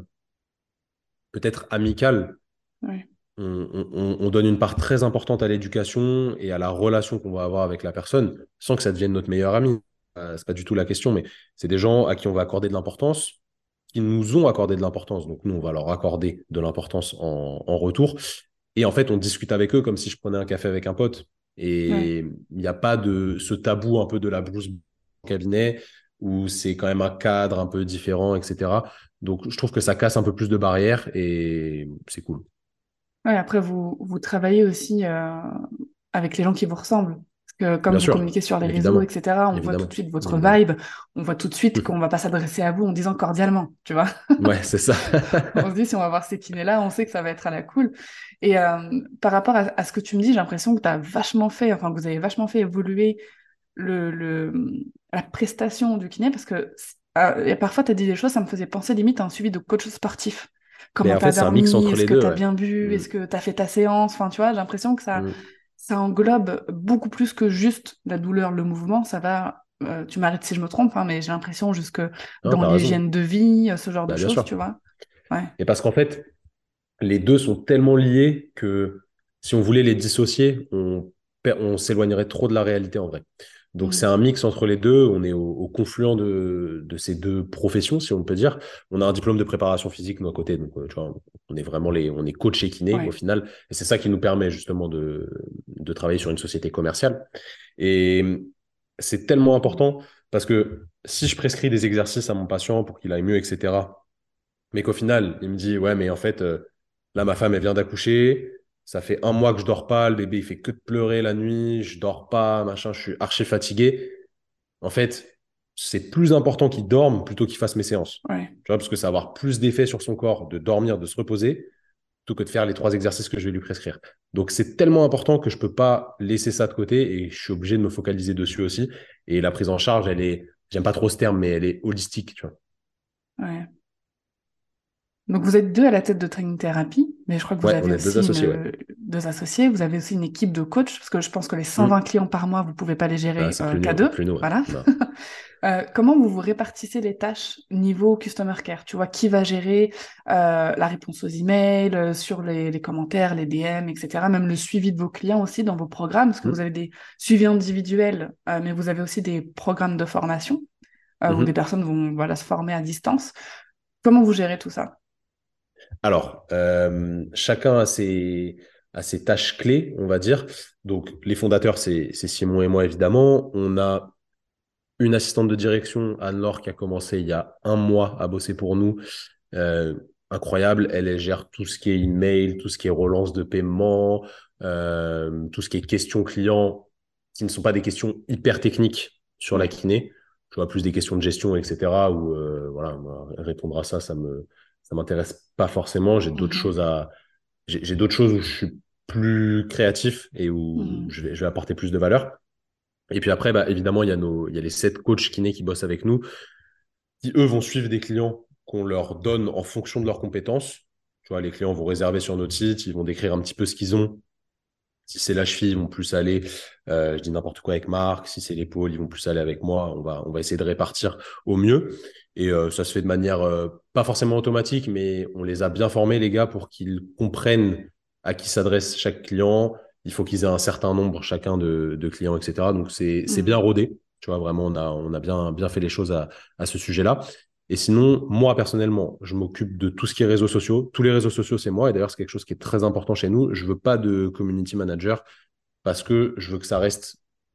peut-être amicale. Ouais. On donne une part très importante à l'éducation et à la relation qu'on va avoir avec la personne, sans que ça devienne notre meilleur ami. C'est pas du tout la question, mais c'est des gens à qui on va accorder de l'importance, qui nous ont accordé de l'importance. Donc nous, on va leur accorder de l'importance en retour. Et en fait, on discute avec eux comme si je prenais un café avec un pote. Ouais. Et il n'y a pas de ce tabou un peu de la blouse au cabinet, où c'est quand même un cadre un peu différent, etc. Donc je trouve que ça casse un peu plus de barrières et c'est cool. Ouais, après, vous travaillez aussi avec les gens qui vous ressemblent. Parce que comme Bien vous sûr, communiquez sur les réseaux, évidemment, etc., on voit tout de évidemment, suite votre évidemment. vibe, on voit tout de suite qu'on va pas s'adresser à vous en disant cordialement, tu vois. Ouais, c'est ça. On se dit, si on va voir ces kinés-là, on sait que ça va être à la cool. Et par rapport à ce que tu me dis, j'ai l'impression que tu as vachement fait, enfin, que vous avez vachement fait évoluer la prestation du kiné, parce que et parfois, tu as dit des choses, ça me faisait penser limite à un suivi de coach sportif. Mais Comment en tu as fait, c'est un mix dormi? entre Est-ce les que deux, tu as ouais. bien bu? Mm, Est-ce que tu as fait ta séance? Enfin, tu vois, j'ai l'impression que mm. ça englobe beaucoup plus que juste la douleur, le mouvement. Ça va, tu m'arrêtes si je me trompe, hein, mais j'ai l'impression jusque Non, dans t'as raison. l'hygiène de vie, ce genre de Bah, bien choses, sûr. tu vois. Ouais. Et parce qu'en fait, les deux sont tellement liés que si on voulait les dissocier, on s'éloignerait trop de la réalité en vrai. Donc, c'est Mhm. un mix entre les deux. On est au confluent de ces deux professions, si on peut dire. On a un diplôme de préparation physique, nous, à côté. Donc, tu vois, on est vraiment on est coach et kiné, au Ouais. final. Et c'est ça qui nous permet, justement, de travailler sur une société commerciale. Et c'est tellement important parce que si je prescris des exercices à mon patient pour qu'il aille mieux, etc., mais qu'au final, il me dit, ouais, mais en fait, là, ma femme, elle vient d'accoucher. Ça fait un mois que je dors pas. Le bébé, il fait que de pleurer la nuit. Je dors pas, machin. Je suis archi fatigué. En fait, c'est plus important qu'il dorme plutôt qu'il fasse mes séances. Ouais. Tu vois, parce que ça va avoir plus d'effet sur son corps de dormir, de se reposer, plutôt que de faire les 3 exercices que je vais lui prescrire. Donc, c'est tellement important que je peux pas laisser ça de côté et je suis obligé de me focaliser dessus aussi. Et la prise en charge, elle est, j'aime pas trop ce terme, mais elle est holistique, tu vois. Ouais. Donc vous êtes deux à la tête de Training Therapy, mais je crois que vous Ouais, avez on est deux aussi associés, ouais. deux associés, vous avez aussi une équipe de coachs, parce que je pense que les 120 Hmm. clients par mois, vous pouvez pas les Ah, gérer c'est qu'à deux, plus nous, ouais. voilà. Non. Comment vous vous répartissez les tâches niveau customer care? Tu vois, qui va gérer la réponse aux emails, sur les commentaires, les DM, etc. Même le suivi de vos clients aussi dans vos programmes, parce que vous Hmm. avez des suivis individuels, mais vous avez aussi des programmes de formation où des Mhm. personnes vont voilà, se former à distance. Comment vous gérez tout ça? Alors, chacun a ses tâches clés, on va dire. Donc, les fondateurs, c'est Simon et moi, évidemment. On a une assistante de direction, Anne-Laure, qui a commencé il y a un mois à bosser pour nous. Euh, Incroyable. Elle gère tout ce qui est email, tout ce qui est relance de paiement, tout ce qui est questions clients, qui ne sont pas des questions hyper techniques sur la Ouais. kiné. Je vois plus des questions de gestion, etc. Où voilà, moi, répondre à ça, ça m'intéresse pas forcément. Mhm. J'ai d'autres choses où je suis plus créatif et où Mhm. je vais apporter plus de valeur. Et puis après, bah, évidemment, il y a les 7 coachs kinés qui bossent avec nous, qui eux vont suivre des clients qu'on leur donne en fonction de leurs compétences. Tu vois, les clients vont réserver sur notre site, ils vont décrire un petit peu ce qu'ils ont. Si c'est la cheville, ils vont plus aller, je dis n'importe quoi avec Marc. Si c'est l'épaule, ils vont plus aller avec moi. On va essayer de répartir au mieux. Et ça se fait de manière pas forcément automatique, mais on les a bien formés, les gars, pour qu'ils comprennent à qui s'adresse chaque client. Il faut qu'ils aient un certain nombre chacun de clients, etc. Donc c'est bien Mhm. rodé. Tu vois, vraiment, on a bien fait les choses à ce sujet-là. Et sinon, moi, personnellement, je m'occupe de tout ce qui est réseaux sociaux. Tous les réseaux sociaux, c'est moi. Et d'ailleurs, c'est quelque chose qui est très important chez nous. Je veux pas de community manager parce que je veux que ça reste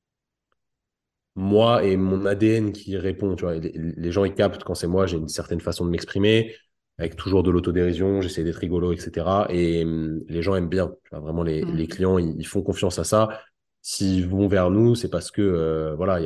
moi et mon ADN qui répond. Tu vois, les gens, ils captent quand c'est moi, j'ai une certaine façon de m'exprimer, avec toujours de l'autodérision, j'essaie d'être rigolo, etc. Et les gens aiment bien. Tu vois, vraiment, les Mhm. clients, ils font confiance à ça. S'ils vont vers nous, c'est parce que voilà,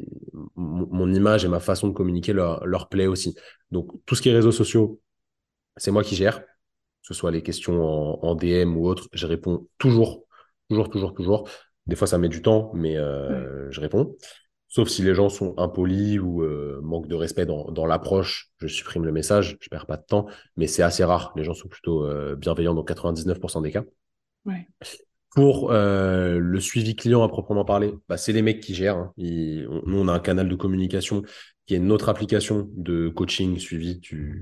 mon image et ma façon de communiquer leur plaît aussi. Donc, tout ce qui est réseaux sociaux, c'est moi qui gère, que ce soit les questions en DM ou autre. Je réponds toujours, toujours, toujours, toujours. Des fois, ça met du temps, mais Ouais. je réponds. Sauf si les gens sont impolis ou manquent de respect dans l'approche, je supprime le message, je perds pas de temps, mais c'est assez rare. Les gens sont plutôt bienveillants dans 99% des cas. Ouais. Pour le suivi client à proprement parler, bah, c'est les mecs qui gèrent, hein. Nous, on a un canal de communication qui est notre application de coaching suivi.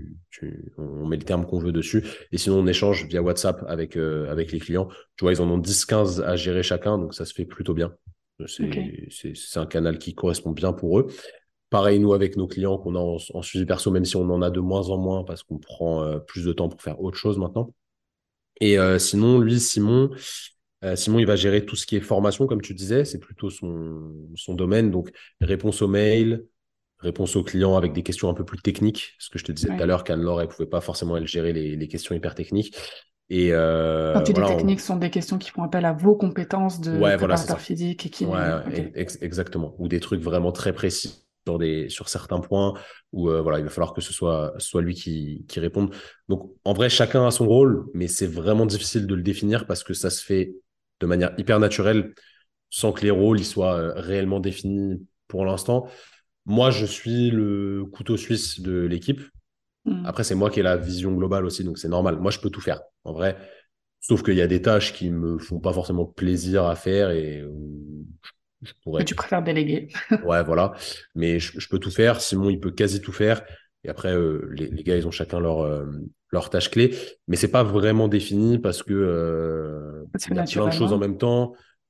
On met le terme qu'on veut dessus. Et sinon, on échange via WhatsApp avec les clients. Tu vois, ils en ont 10-15 à gérer chacun, donc ça se fait plutôt bien. Ok. C'est un canal qui correspond bien pour eux. Pareil, nous, avec nos clients qu'on a en suivi perso, même si on en a de moins en moins parce qu'on prend plus de temps pour faire autre chose maintenant. Et sinon, lui, Simon, il va gérer tout ce qui est formation, comme tu disais, c'est plutôt son domaine. Donc, réponse aux mails, réponse aux clients avec des questions un peu plus techniques. Ce que je te disais tout à Ouais. l'heure, qu'Anne-Laure, elle pouvait pas forcément elle gérer les questions hyper techniques. Et Quand tu dis voilà, techniques, ce sont des questions qui font appel à vos compétences de ouais, voilà, c'est préparateur ça. physique et Ouais, kiné. Ok. exactement. Ou des trucs vraiment très précis sur certains points où voilà, il va falloir que ce soit lui qui réponde. Donc, en vrai, chacun a son rôle, mais c'est vraiment difficile de le définir parce que ça se fait de manière hyper naturelle sans que les rôles ils soient réellement définis pour l'instant. Moi, je suis le couteau suisse de l'équipe. Mhm. Après, c'est moi qui ai la vision globale aussi, donc c'est normal. Moi, je peux tout faire, en vrai. Sauf qu'il y a des tâches qui me font pas forcément plaisir à faire et où je pourrais Et tu préfères déléguer. ouais, voilà. Mais je peux tout faire. Simon, il peut quasi tout faire. Et après, les gars, ils ont chacun leur tâche clé. Mais c'est pas vraiment défini parce que Ça se il fait y a plein de choses en naturellement. même temps.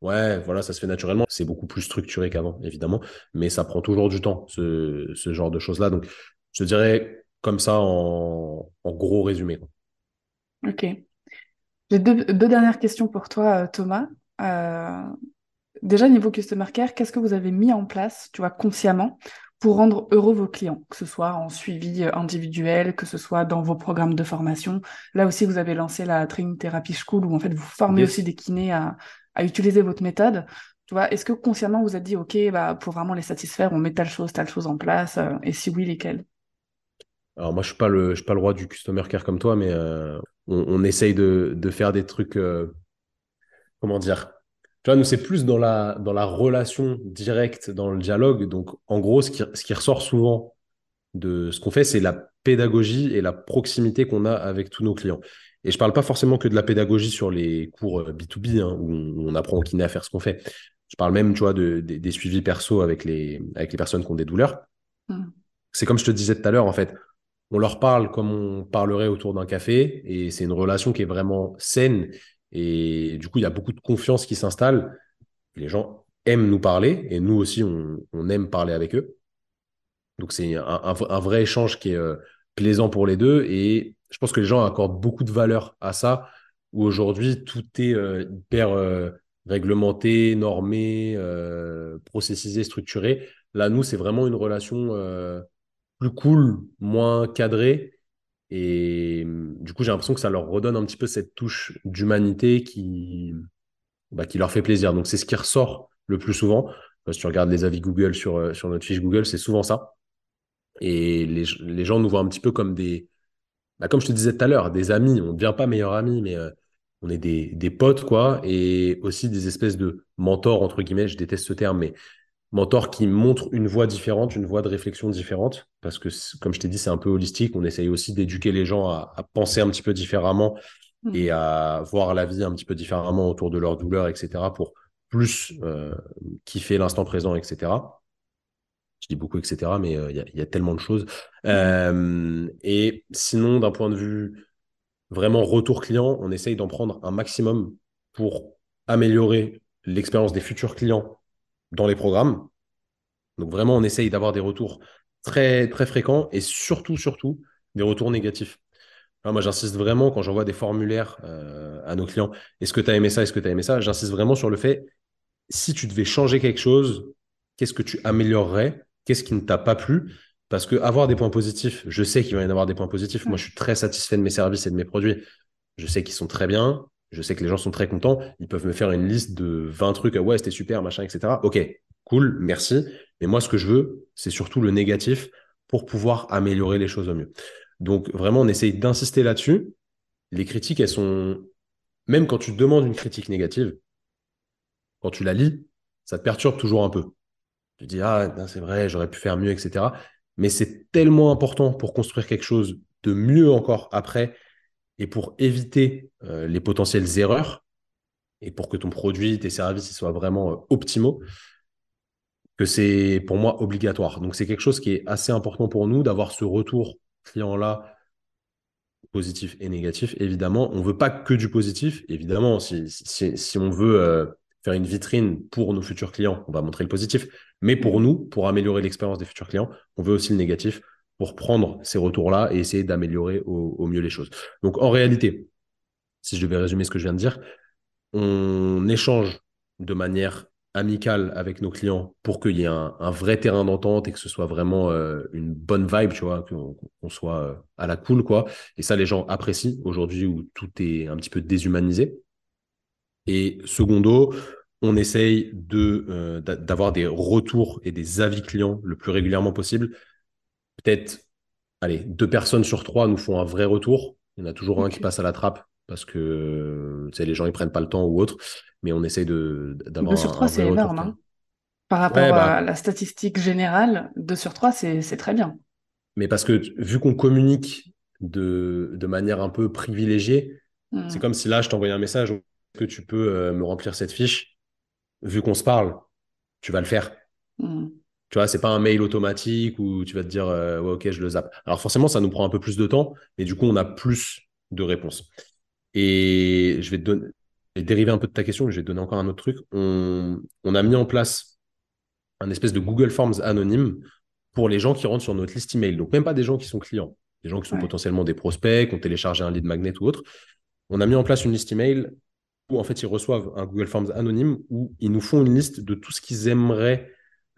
Ouais, voilà, ça se fait naturellement. C'est beaucoup plus structuré qu'avant, évidemment, mais ça prend toujours du temps, ce genre de choses-là. Donc, je dirais comme ça en gros résumé, quoi. Ok. J'ai deux dernières questions pour toi, Thomas. Euh, Déjà, niveau Customer Care, qu'est-ce que vous avez mis en place, tu vois, consciemment, pour rendre heureux vos clients, que ce soit en suivi individuel, que ce soit dans vos programmes de formation. Là aussi, vous avez lancé la Training Therapy School, où en fait, vous formez aussi Yes. des kinés à utiliser votre méthode. Tu vois, est-ce que consciemment, vous êtes dit, OK, bah, pour vraiment les satisfaire, on met telle chose en place, et si oui, lesquelles? Alors moi, je suis pas le roi du customer care comme toi, mais on essaye de faire des trucs, comment dire? Tu vois, nous, c'est plus dans la relation directe, dans le dialogue. Donc, en gros, ce qui ressort souvent de ce qu'on fait, c'est la pédagogie et la proximité qu'on a avec tous nos clients. Et je parle pas forcément que de la pédagogie sur les cours B2B, hein, où on apprend au kiné à faire ce qu'on fait. Je parle même, tu vois, des suivis perso avec les personnes qui ont des douleurs. Hmm. C'est comme je te disais tout à l'heure, en fait, on leur parle comme on parlerait autour d'un café, et c'est une relation qui est vraiment saine. Et du coup, il y a beaucoup de confiance qui s'installe. Les gens aiment nous parler, et nous aussi, on aime parler avec eux. Donc c'est un vrai échange qui est plaisant pour les deux. Et je pense que les gens accordent beaucoup de valeur à ça, où aujourd'hui, tout est hyper réglementé, normé, processisé, structuré. Là, nous, c'est vraiment une relation plus cool, moins cadrée. Et du coup, j'ai l'impression que ça leur redonne un petit peu cette touche d'humanité qui leur fait plaisir. Donc, c'est ce qui ressort le plus souvent. Si tu regardes les avis Google sur notre fiche Google, c'est souvent ça. Et les gens nous voient un petit peu comme comme je te disais tout à l'heure, des amis. On ne devient pas meilleurs amis, mais on est des potes, quoi. Et aussi des espèces de mentors, entre guillemets. Je déteste ce terme, mais mentors qui montrent une voie différente, une voie de réflexion différente. Parce que, comme je t'ai dit, c'est un peu holistique. On essaye aussi d'éduquer les gens à penser un petit peu différemment Hmm. et à voir la vie un petit peu différemment autour de leur douleur, etc. pour plus kiffer l'instant présent, etc. Je dis beaucoup, etc., mais il y a tellement de choses. Hmm. Et sinon, d'un point de vue vraiment retour client, on essaye d'en prendre un maximum pour améliorer l'expérience des futurs clients dans les programmes. Donc vraiment, on essaye d'avoir des retours très, très fréquents et surtout, des retours négatifs. Enfin, moi, j'insiste vraiment quand j'envoie des formulaires à nos clients. Est-ce que tu as aimé ça? Est-ce que tu as aimé ça? J'insiste vraiment sur le fait, si tu devais changer quelque chose, qu'est-ce que tu améliorerais? Qu'est-ce qui ne t'a pas plu? Parce que avoir des points positifs, je sais qu'il va y en avoir des points positifs. Moi, je Ouais. suis très satisfait de mes services et de mes produits. Je sais qu'ils sont très bien. Je sais que les gens sont très contents. Ils peuvent me faire une liste de 20 trucs. Ouais, c'était super, machin, etc. Ok, cool, merci. Mais moi, ce que je veux, c'est surtout le négatif pour pouvoir améliorer les choses au mieux. Donc, vraiment, on essaye d'insister là-dessus. Les critiques, elles sont, même quand tu demandes une critique négative, quand tu la lis, ça te perturbe toujours un peu. Tu dis, ah, non, c'est vrai, j'aurais pu faire mieux, etc. Mais c'est tellement important pour construire quelque chose de mieux encore après et pour éviter les potentielles erreurs et pour que ton produit, tes services ils soient vraiment optimaux, que c'est pour moi obligatoire. Donc c'est quelque chose qui est assez important pour nous d'avoir ce retour client-là, positif et négatif. Évidemment, on veut pas que du positif. Évidemment, si on veut faire une vitrine pour nos futurs clients, on va montrer le positif. Mais pour Hmm. nous, pour améliorer l'expérience des futurs clients, on veut aussi le négatif pour prendre ces retours-là et essayer d'améliorer au mieux les choses. Donc en réalité, si je devais résumer ce que je viens de dire, on échange de manière amicale avec nos clients pour qu'il y ait un vrai terrain d'entente et que ce soit vraiment une bonne vibe, tu vois, qu'on soit à la cool, quoi. Et ça, les gens apprécient aujourd'hui où tout est un petit peu déshumanisé. Et secondo, on essaye d'avoir des retours et des avis clients le plus régulièrement possible. Peut-être, allez, 2 personnes sur 3 nous font un vrai retour. Il y en a toujours un qui Ok. passe à la trappe parce que tu sais, les gens ils prennent pas le temps ou autre. Mais on essaye 2 sur d'avoir 3, un vrai c'est retour énorme, client. hein. Par Ouais, rapport à bah, la statistique générale, 2 sur 3, c'est très bien. mais parce que vu qu'on communique de manière un peu privilégiée, c'est Hmm. comme si là, je t'envoyais un message, est-ce que tu peux me remplir cette fiche? Vu qu'on se parle, tu vas le faire. Hmm. Tu vois, c'est pas un mail automatique où tu vas te dire, ouais, ok, je le zappe. Alors forcément, ça nous prend un peu plus de temps, mais du coup, on a plus de réponses. Et je vais te donner. dérivé un peu de ta question, je vais te donner encore un autre truc. On a mis en place un espèce de Google Forms anonyme pour les gens qui rentrent sur notre liste email. Donc, même pas des gens qui sont clients, des gens qui sont Ouais. potentiellement des prospects, qui ont téléchargé un lead magnet ou autre. On a mis en place une liste email où, en fait, ils reçoivent un Google Forms anonyme où ils nous font une liste de tout ce qu'ils aimeraient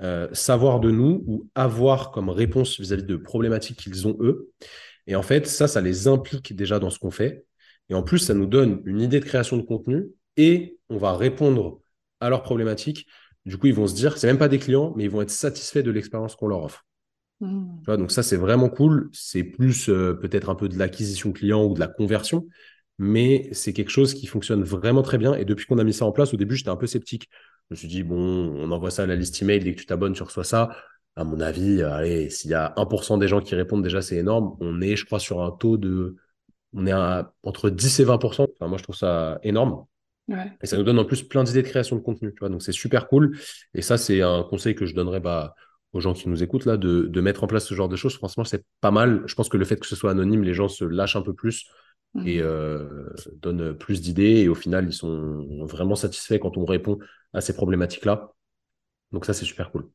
savoir de nous ou avoir comme réponse vis-à-vis de problématiques qu'ils ont eux. Et en fait, ça les implique déjà dans ce qu'on fait. Et en plus, ça nous donne une idée de création de contenu et on va répondre à leurs problématiques. Du coup, ils vont se dire, c'est même pas des clients, mais ils vont être satisfaits de l'expérience qu'on leur offre. Hmm. Tu vois, donc ça, c'est vraiment cool. C'est plus peut-être un peu de l'acquisition client ou de la conversion, mais c'est quelque chose qui fonctionne vraiment très bien. Et depuis qu'on a mis ça en place, au début, j'étais un peu sceptique. Je me suis dit, bon, on envoie ça à la liste email, dès que tu t'abonnes, tu reçois ça. À mon avis, allez, s'il y a 1% des gens qui répondent, déjà, c'est énorme. On est, je crois, sur un taux de... On est entre 10 et 20%. Enfin, moi, je trouve ça énorme. Ouais. Et ça nous donne en plus plein d'idées de création de contenu. Tu vois, donc c'est super cool. Et ça, c'est un conseil que je donnerais bah, aux gens qui nous écoutent là, de mettre en place ce genre de choses. Franchement, c'est pas mal. Je pense que le fait que ce soit anonyme, les gens se lâchent un peu plus et Hmm. donnent plus d'idées. Et au final, ils sont vraiment satisfaits quand on répond à ces problématiques-là. Donc ça, c'est super cool.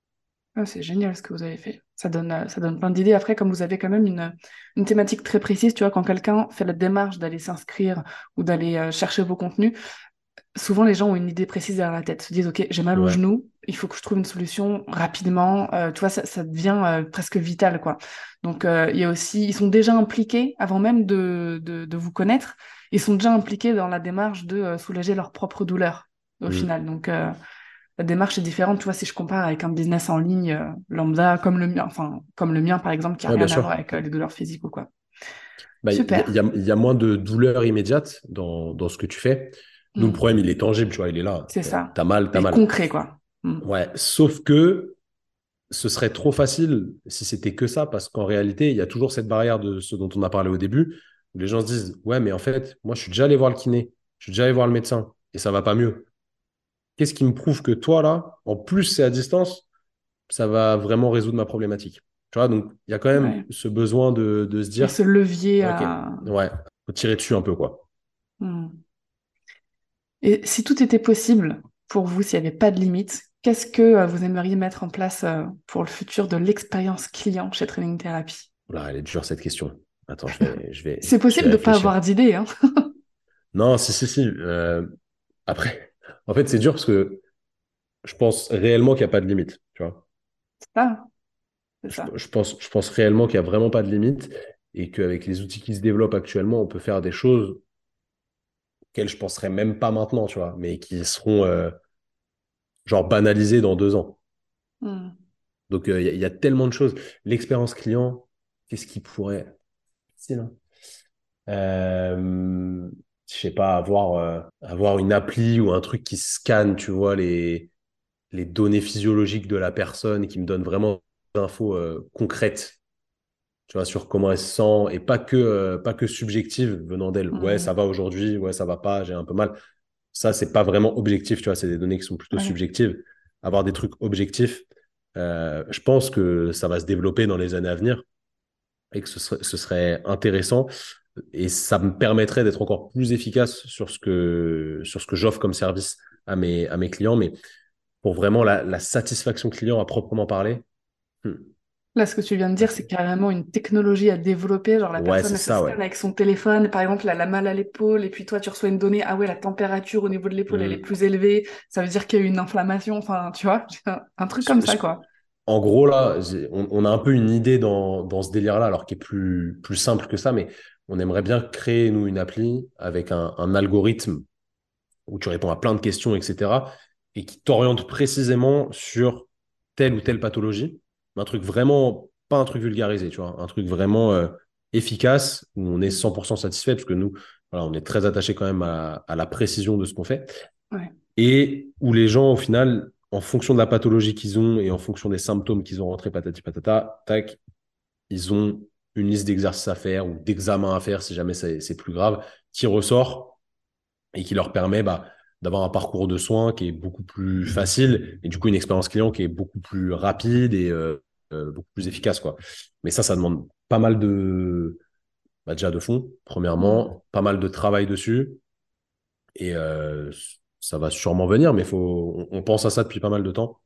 Ah, c'est génial ce que vous avez fait. Ça donne plein d'idées. Après, comme vous avez quand même une thématique très précise, tu vois, quand quelqu'un fait la démarche d'aller s'inscrire ou d'aller chercher vos contenus, souvent les gens ont une idée précise derrière la tête, se disent, OK, j'ai mal au Ouais. genou, il faut que je trouve une solution rapidement. Tu vois, ça devient presque vital, quoi. Donc, il y a aussi, ils sont déjà impliqués, avant même de vous connaître, ils sont déjà impliqués dans la démarche de soulager leur propre douleur, au Mm. final. Donc, la démarche est différente, tu vois, si je compare avec un business en ligne lambda, comme le mien, enfin, comme le mien, par exemple, qui a Ouais, bien rien à voir sûr. avec les douleurs physiques ou quoi. Bah, Super. il y a moins de douleur immédiate dans ce que tu fais. Nous, le Hmm. problème, il est tangible, tu vois, il est là. C'est ça. T'as mal, t'as C'est mal. concret, quoi. Hmm. Ouais, sauf que ce serait trop facile si c'était que ça, parce qu'en réalité, il y a toujours cette barrière de ce dont on a parlé au début, où les gens se disent, ouais, mais en fait, moi, je suis déjà allé voir le kiné, je suis déjà allé voir le médecin, et ça va pas mieux. Qu'est-ce qui me prouve que toi, là, en plus, c'est à distance, ça va vraiment résoudre ma problématique? Tu vois, donc il y a quand même Ouais. ce besoin de se Il y a dire, ce levier ok, à... ouais, faut tirer dessus un peu, quoi. Hmm. Et si tout était possible pour vous, s'il n'y avait pas de limite, qu'est-ce que vous aimeriez mettre en place pour le futur de l'expérience client chez Training Therapy? Là, elle est dure, cette question. Attends, C'est je vais possible de ne pas réfléchir. avoir d'idée, hein? Non, si, si, si. Après, en fait, c'est dur parce que je pense réellement qu'il n'y a pas de limite, tu vois. C'est ça, c'est ça. Je pense réellement qu'il n'y a vraiment pas de limite et qu'avec les outils qui se développent actuellement, on peut faire des choses auxquelles je ne penserais même pas maintenant, tu vois, mais qui seront genre banalisées dans 2 ans. Hmm. Donc, il y a tellement de choses. L'expérience client, qu'est-ce qui pourrait... C'est là. Je sais pas, avoir une appli ou un truc qui scanne, tu vois, les données physiologiques de la personne et qui me donne vraiment des infos concrètes, tu vois, sur comment elle se sent et pas que subjectives venant d'elle. Ouais, ça Hmm. va aujourd'hui, ouais, ça va pas, j'ai un peu mal. Ça, c'est pas vraiment objectif, tu vois, c'est des données qui sont plutôt Ouais. subjectives. Avoir des trucs objectifs, je pense que ça va se développer dans les années à venir et que ce serait intéressant et ça me permettrait d'être encore plus efficace sur ce que j'offre comme service à mes clients. Mais pour vraiment la satisfaction client à proprement parler, hmm, Là, ce que tu viens de ah, dire, c'est carrément une technologie à développer. Genre, la ouais, personne, c'est elle se ça, ouais. scanne avec son téléphone. Par exemple, elle a mal à l'épaule. Et puis, toi, tu reçois une donnée. Ah ouais, la température au niveau de l'épaule, elle est Hmm. plus élevée. Ça veut dire qu'il y a eu une inflammation. Enfin, tu vois, un truc comme ça, quoi. En gros, là, on a un peu une idée dans ce délire-là, alors qui est plus simple que ça, mais on aimerait bien créer, nous, une appli avec un algorithme où tu réponds à plein de questions, etc., et qui t'oriente précisément sur telle ou telle pathologie. Un truc vraiment, pas un truc vulgarisé, tu vois, un truc vraiment efficace, où on est Mm. 100% satisfait, parce que nous, voilà, on est très attaché quand même à la précision de ce qu'on fait, Ouais. et où les gens, au final, en fonction de la pathologie qu'ils ont et en fonction des symptômes qu'ils ont rentrés, patati patata, tac, ils ont une liste d'exercices à faire ou d'examens à faire si jamais c'est plus grave, qui ressort et qui leur permet bah, d'avoir un parcours de soins qui est beaucoup plus facile et du coup une expérience client qui est beaucoup plus rapide et beaucoup plus efficace, quoi. Mais ça demande pas mal de, bah, déjà de fonds, Mm. premièrement, pas mal de travail dessus Et ça va sûrement venir, mais on pense à ça depuis pas mal de temps.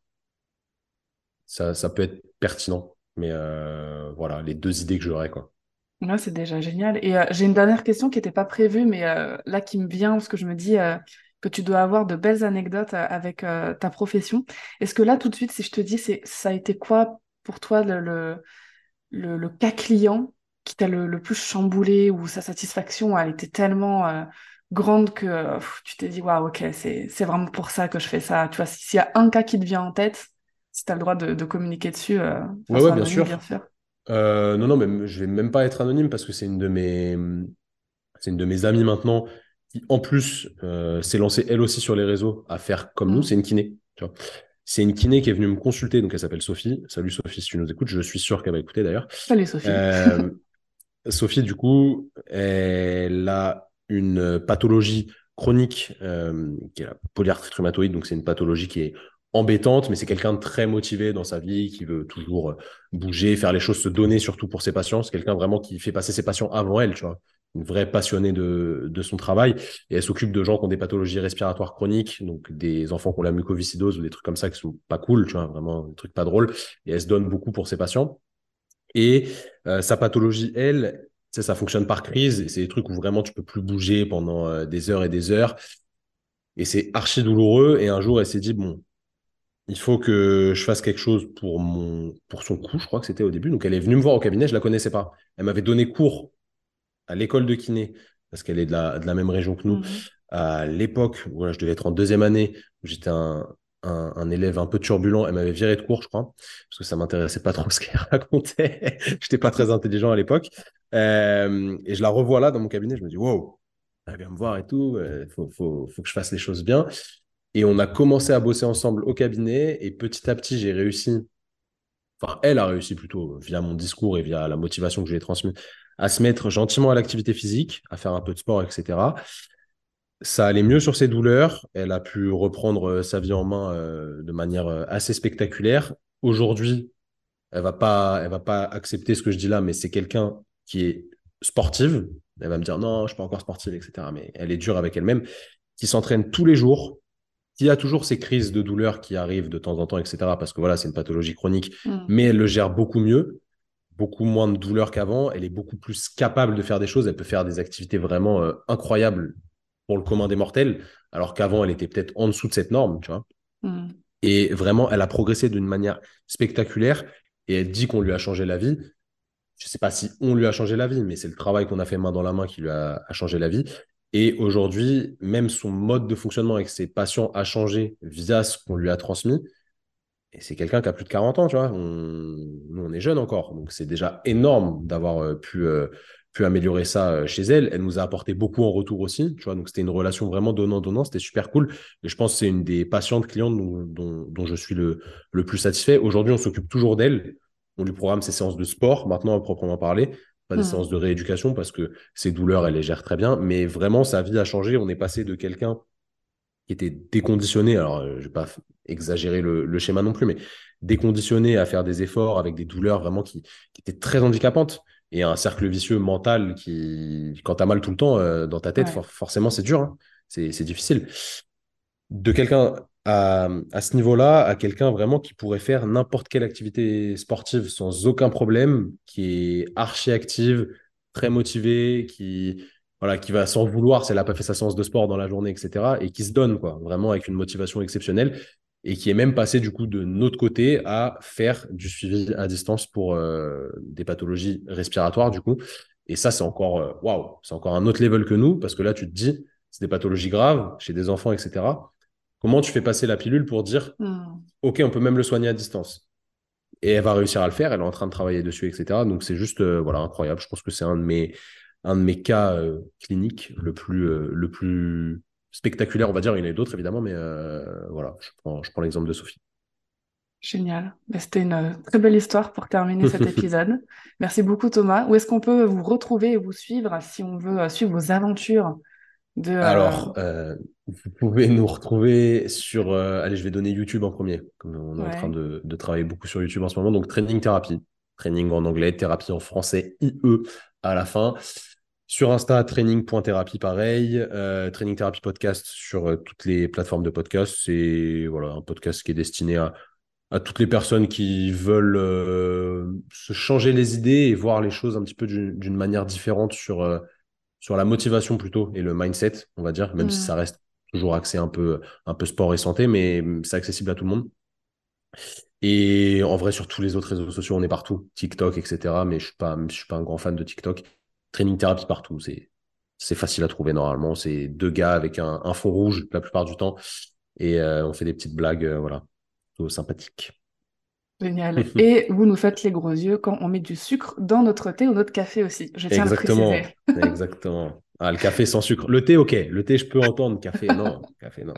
Ça peut être pertinent. Mais voilà, les deux idées que j'aurais, quoi. Ouais, c'est déjà génial. Et j'ai une dernière question qui n'était pas prévue, mais là qui me vient, parce que je me dis que tu dois avoir de belles anecdotes avec ta profession. Est-ce que là, tout de suite, si je te dis, ça a été quoi pour toi le cas client qui t'a le plus chamboulé, ou sa satisfaction, elle était tellement grande que tu t'es dit, waouh, ok, c'est vraiment pour ça que je fais ça. Tu vois, s'il y a un cas qui te vient en tête, si tu as le droit de communiquer dessus, Ouais, façon ouais, bien anonyme, bien sûr. sûr. Non, non, mais je vais même pas être anonyme parce que c'est une de mes amies maintenant qui, en plus, s'est lancée elle aussi sur les réseaux à faire comme nous. C'est Hmm. une kiné. Tu vois. C'est une kiné qui est venue me consulter. Donc, elle s'appelle Sophie. Salut Sophie, si tu nous écoutes. Je suis sûr qu'elle va écouter d'ailleurs. Salut Sophie. Euh, Sophie, du coup, elle a une pathologie chronique qui est la polyarthrite rhumatoïde. Donc, c'est une pathologie qui est embêtante, mais c'est quelqu'un de très motivé dans sa vie, qui veut toujours bouger, faire les choses, se donner surtout pour ses patients. C'est quelqu'un vraiment qui fait passer ses patients avant elle, tu vois. Une vraie passionnée de son travail. Et elle s'occupe de gens qui ont des pathologies respiratoires chroniques, donc des enfants qui ont la mucoviscidose ou des trucs comme ça qui sont pas cool, tu vois, vraiment des trucs pas drôles. Et elle se donne beaucoup pour ses patients. Et sa pathologie, elle, tu sais, ça fonctionne par crise. Et c'est des trucs où vraiment tu peux plus bouger pendant des heures et des heures. Et c'est archi douloureux. Et un jour, elle s'est dit, bon, il faut que je fasse quelque chose pour son cou, je crois que c'était au début. Donc elle est venue me voir au cabinet, je la connaissais pas. Elle m'avait donné cours à l'école de kiné, parce qu'elle est de la même région que nous. Mhm. À l'époque, voilà, je devais être en deuxième année, j'étais un élève un peu turbulent. Elle m'avait viré de cours, je crois, parce que ça m'intéressait pas trop ce qu'elle racontait. J'étais pas très intelligent à l'époque. Et je la revois là dans mon cabinet, je me dis, wow, elle vient me voir et tout, faut que je fasse les choses bien. Et on a commencé à bosser ensemble au cabinet, et petit à petit, j'ai réussi, enfin, elle a réussi plutôt, via mon discours et via la motivation que je lui ai transmise, à se mettre gentiment à l'activité physique, à faire un peu de sport, etc. Ça allait mieux sur ses douleurs. Elle a pu reprendre sa vie en main de manière assez spectaculaire. Aujourd'hui, elle va pas accepter ce que je dis là, mais c'est quelqu'un qui est sportive. Elle va me dire non, je suis pas encore sportive, etc. Mais elle est dure avec elle-même, qui s'entraîne tous les jours, qui a toujours ces crises de douleur qui arrivent de temps en temps, etc. Parce que voilà, c'est une pathologie chronique, Mhm. mais elle le gère beaucoup mieux, beaucoup moins de douleur qu'avant. Elle est beaucoup plus capable de faire des choses. Elle peut faire des activités vraiment incroyables pour le commun des mortels, alors qu'avant, elle était peut-être en dessous de cette norme, tu vois. Mhm. Et vraiment, elle a progressé d'une manière spectaculaire et elle dit qu'on lui a changé la vie. Je ne sais pas si on lui a changé la vie, mais c'est le travail qu'on a fait main dans la main qui lui a changé la vie. Et aujourd'hui, même son mode de fonctionnement avec ses patients a changé via ce qu'on lui a transmis. Et c'est quelqu'un qui a plus de 40 ans, tu vois. Nous, on est jeunes encore. Donc, c'est déjà énorme d'avoir pu améliorer ça chez elle. Elle nous a apporté beaucoup en retour aussi, tu vois. Donc, c'était une relation vraiment donnant-donnant. C'était super cool. Et je pense que c'est une des patientes clientes dont je suis le plus satisfait. Aujourd'hui, on s'occupe toujours d'elle. On lui programme ses séances de sport, maintenant à proprement parler. Pas des séances Mhm. de rééducation parce que ses douleurs, elle les gère très bien. Mais vraiment, sa vie a changé. On est passé de quelqu'un qui était déconditionné, alors je ne vais pas exagérer le schéma non plus, mais déconditionné à faire des efforts avec des douleurs vraiment qui étaient très handicapantes et un cercle vicieux mental qui, quand tu as mal tout le temps dans ta tête, Ouais. forcément c'est dur, hein. C'est difficile. De quelqu'un à ce niveau-là, à quelqu'un vraiment qui pourrait faire n'importe quelle activité sportive sans aucun problème, qui est archi active, très motivée, voilà, qui va sans vouloir, si elle n'a pas fait sa séance de sport dans la journée, etc., et qui se donne, quoi, vraiment avec une motivation exceptionnelle, et qui est même passé du coup de notre côté à faire du suivi à distance pour des pathologies respiratoires, du coup. Et ça, c'est encore, waouh, c'est encore un autre level que nous, parce que là, tu te dis, c'est des pathologies graves chez des enfants, etc. Comment tu fais passer la pilule pour dire, Mhm. OK, on peut même le soigner à distance? Et elle va réussir à le faire, elle est en train de travailler dessus, etc. Donc c'est juste voilà, incroyable. Je pense que c'est un de mes cas cliniques le plus spectaculaire, on va dire. Il y en a d'autres, évidemment, mais voilà, je prends l'exemple de Sophie. Génial. Ben, c'était une très belle histoire pour terminer cet épisode. Merci beaucoup Thomas. Où est-ce qu'on peut vous retrouver et vous suivre si on veut suivre vos aventures de... Alors, vous pouvez nous retrouver sur... allez, je vais donner YouTube en premier, comme on est en train Ouais. de travailler beaucoup sur YouTube en ce moment. Donc, Training Therapy. Training en anglais, thérapie en français, IE à la fin. Sur Insta, training.thérapie, pareil. Training Thérapie Podcast sur toutes les plateformes de podcast. C'est voilà, un podcast qui est destiné à toutes les personnes qui veulent se changer les idées et voir les choses un petit peu d'une manière différente sur la motivation plutôt et le mindset, on va dire, même si Hmm. ça reste toujours axé un peu sport et santé, mais c'est accessible à tout le monde. Et en vrai, sur tous les autres réseaux sociaux, on est partout, TikTok, etc. Mais je suis pas un grand fan de TikTok. Training Thérapie partout, c'est facile à trouver normalement. C'est deux gars avec un fond rouge la plupart du temps et on fait des petites blagues, voilà, plutôt sympathiques. Génial. Et vous nous faites les gros yeux quand on met du sucre dans notre thé ou notre café aussi. Je tiens à le préciser. Exactement, exactement. Ah, le café sans sucre. Le thé, ok. Le thé, je peux entendre. Café, non. Café, non.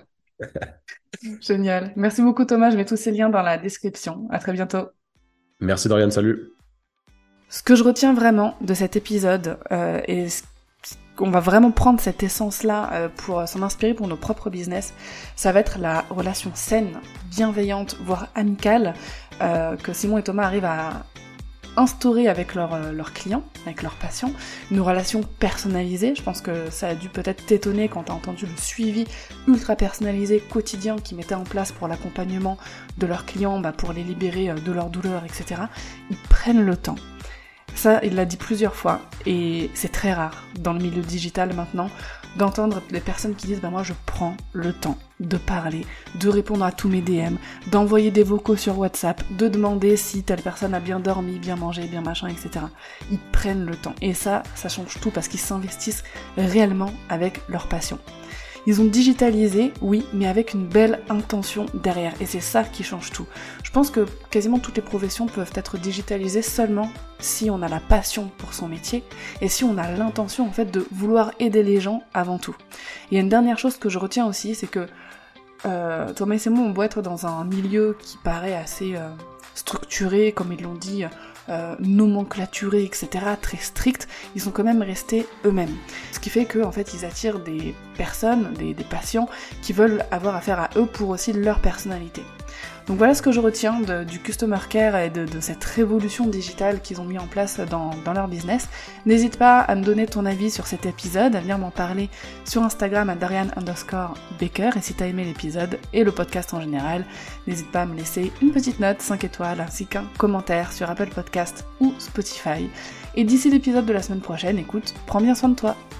Génial. Merci beaucoup Thomas, je mets tous ces liens dans la description. À très bientôt. Merci Dorian, salut. Ce que je retiens vraiment de cet épisode, qu'on va vraiment prendre cette essence-là pour s'en inspirer pour nos propres business, ça va être la relation saine, bienveillante, voire amicale, que Simon et Thomas arrivent à instaurer avec leurs clients, avec leurs patients, une relation personnalisée. Je pense que ça a dû peut-être t'étonner quand t'as entendu le suivi ultra personnalisé quotidien qu'ils mettaient en place pour l'accompagnement de leurs clients, pour les libérer de leur douleur, etc. Ils prennent le temps. Ça, il l'a dit plusieurs fois, et c'est très rare dans le milieu digital maintenant d'entendre des personnes qui disent moi je prends le temps de parler, de répondre à tous mes DM, d'envoyer des vocaux sur WhatsApp, de demander si telle personne a bien dormi, bien mangé, bien machin, etc. Ils prennent le temps, et ça change tout parce qu'ils s'investissent réellement avec leur passion. Ils ont digitalisé, oui, mais avec une belle intention derrière, et c'est ça qui change tout. Je pense que quasiment toutes les professions peuvent être digitalisées seulement si on a la passion pour son métier, et si on a l'intention en fait de vouloir aider les gens avant tout. Et il y a une dernière chose que je retiens aussi, c'est que Thomas et moi, on doit être dans un milieu qui paraît assez structuré, comme ils l'ont dit, nomenclaturé, etc., très strict, ils sont quand même restés eux-mêmes. Ce qui fait que, en fait, ils attirent des personnes, des patients qui veulent avoir affaire à eux pour aussi leur personnalité. Donc voilà ce que je retiens du Customer Care et de cette révolution digitale qu'ils ont mis en place dans leur business. N'hésite pas à me donner ton avis sur cet épisode, à venir m'en parler sur Instagram à Darian_Baker, et si t'as aimé l'épisode et le podcast en général, n'hésite pas à me laisser une petite note 5 étoiles ainsi qu'un commentaire sur Apple Podcast ou Spotify. Et d'ici l'épisode de la semaine prochaine, écoute, prends bien soin de toi.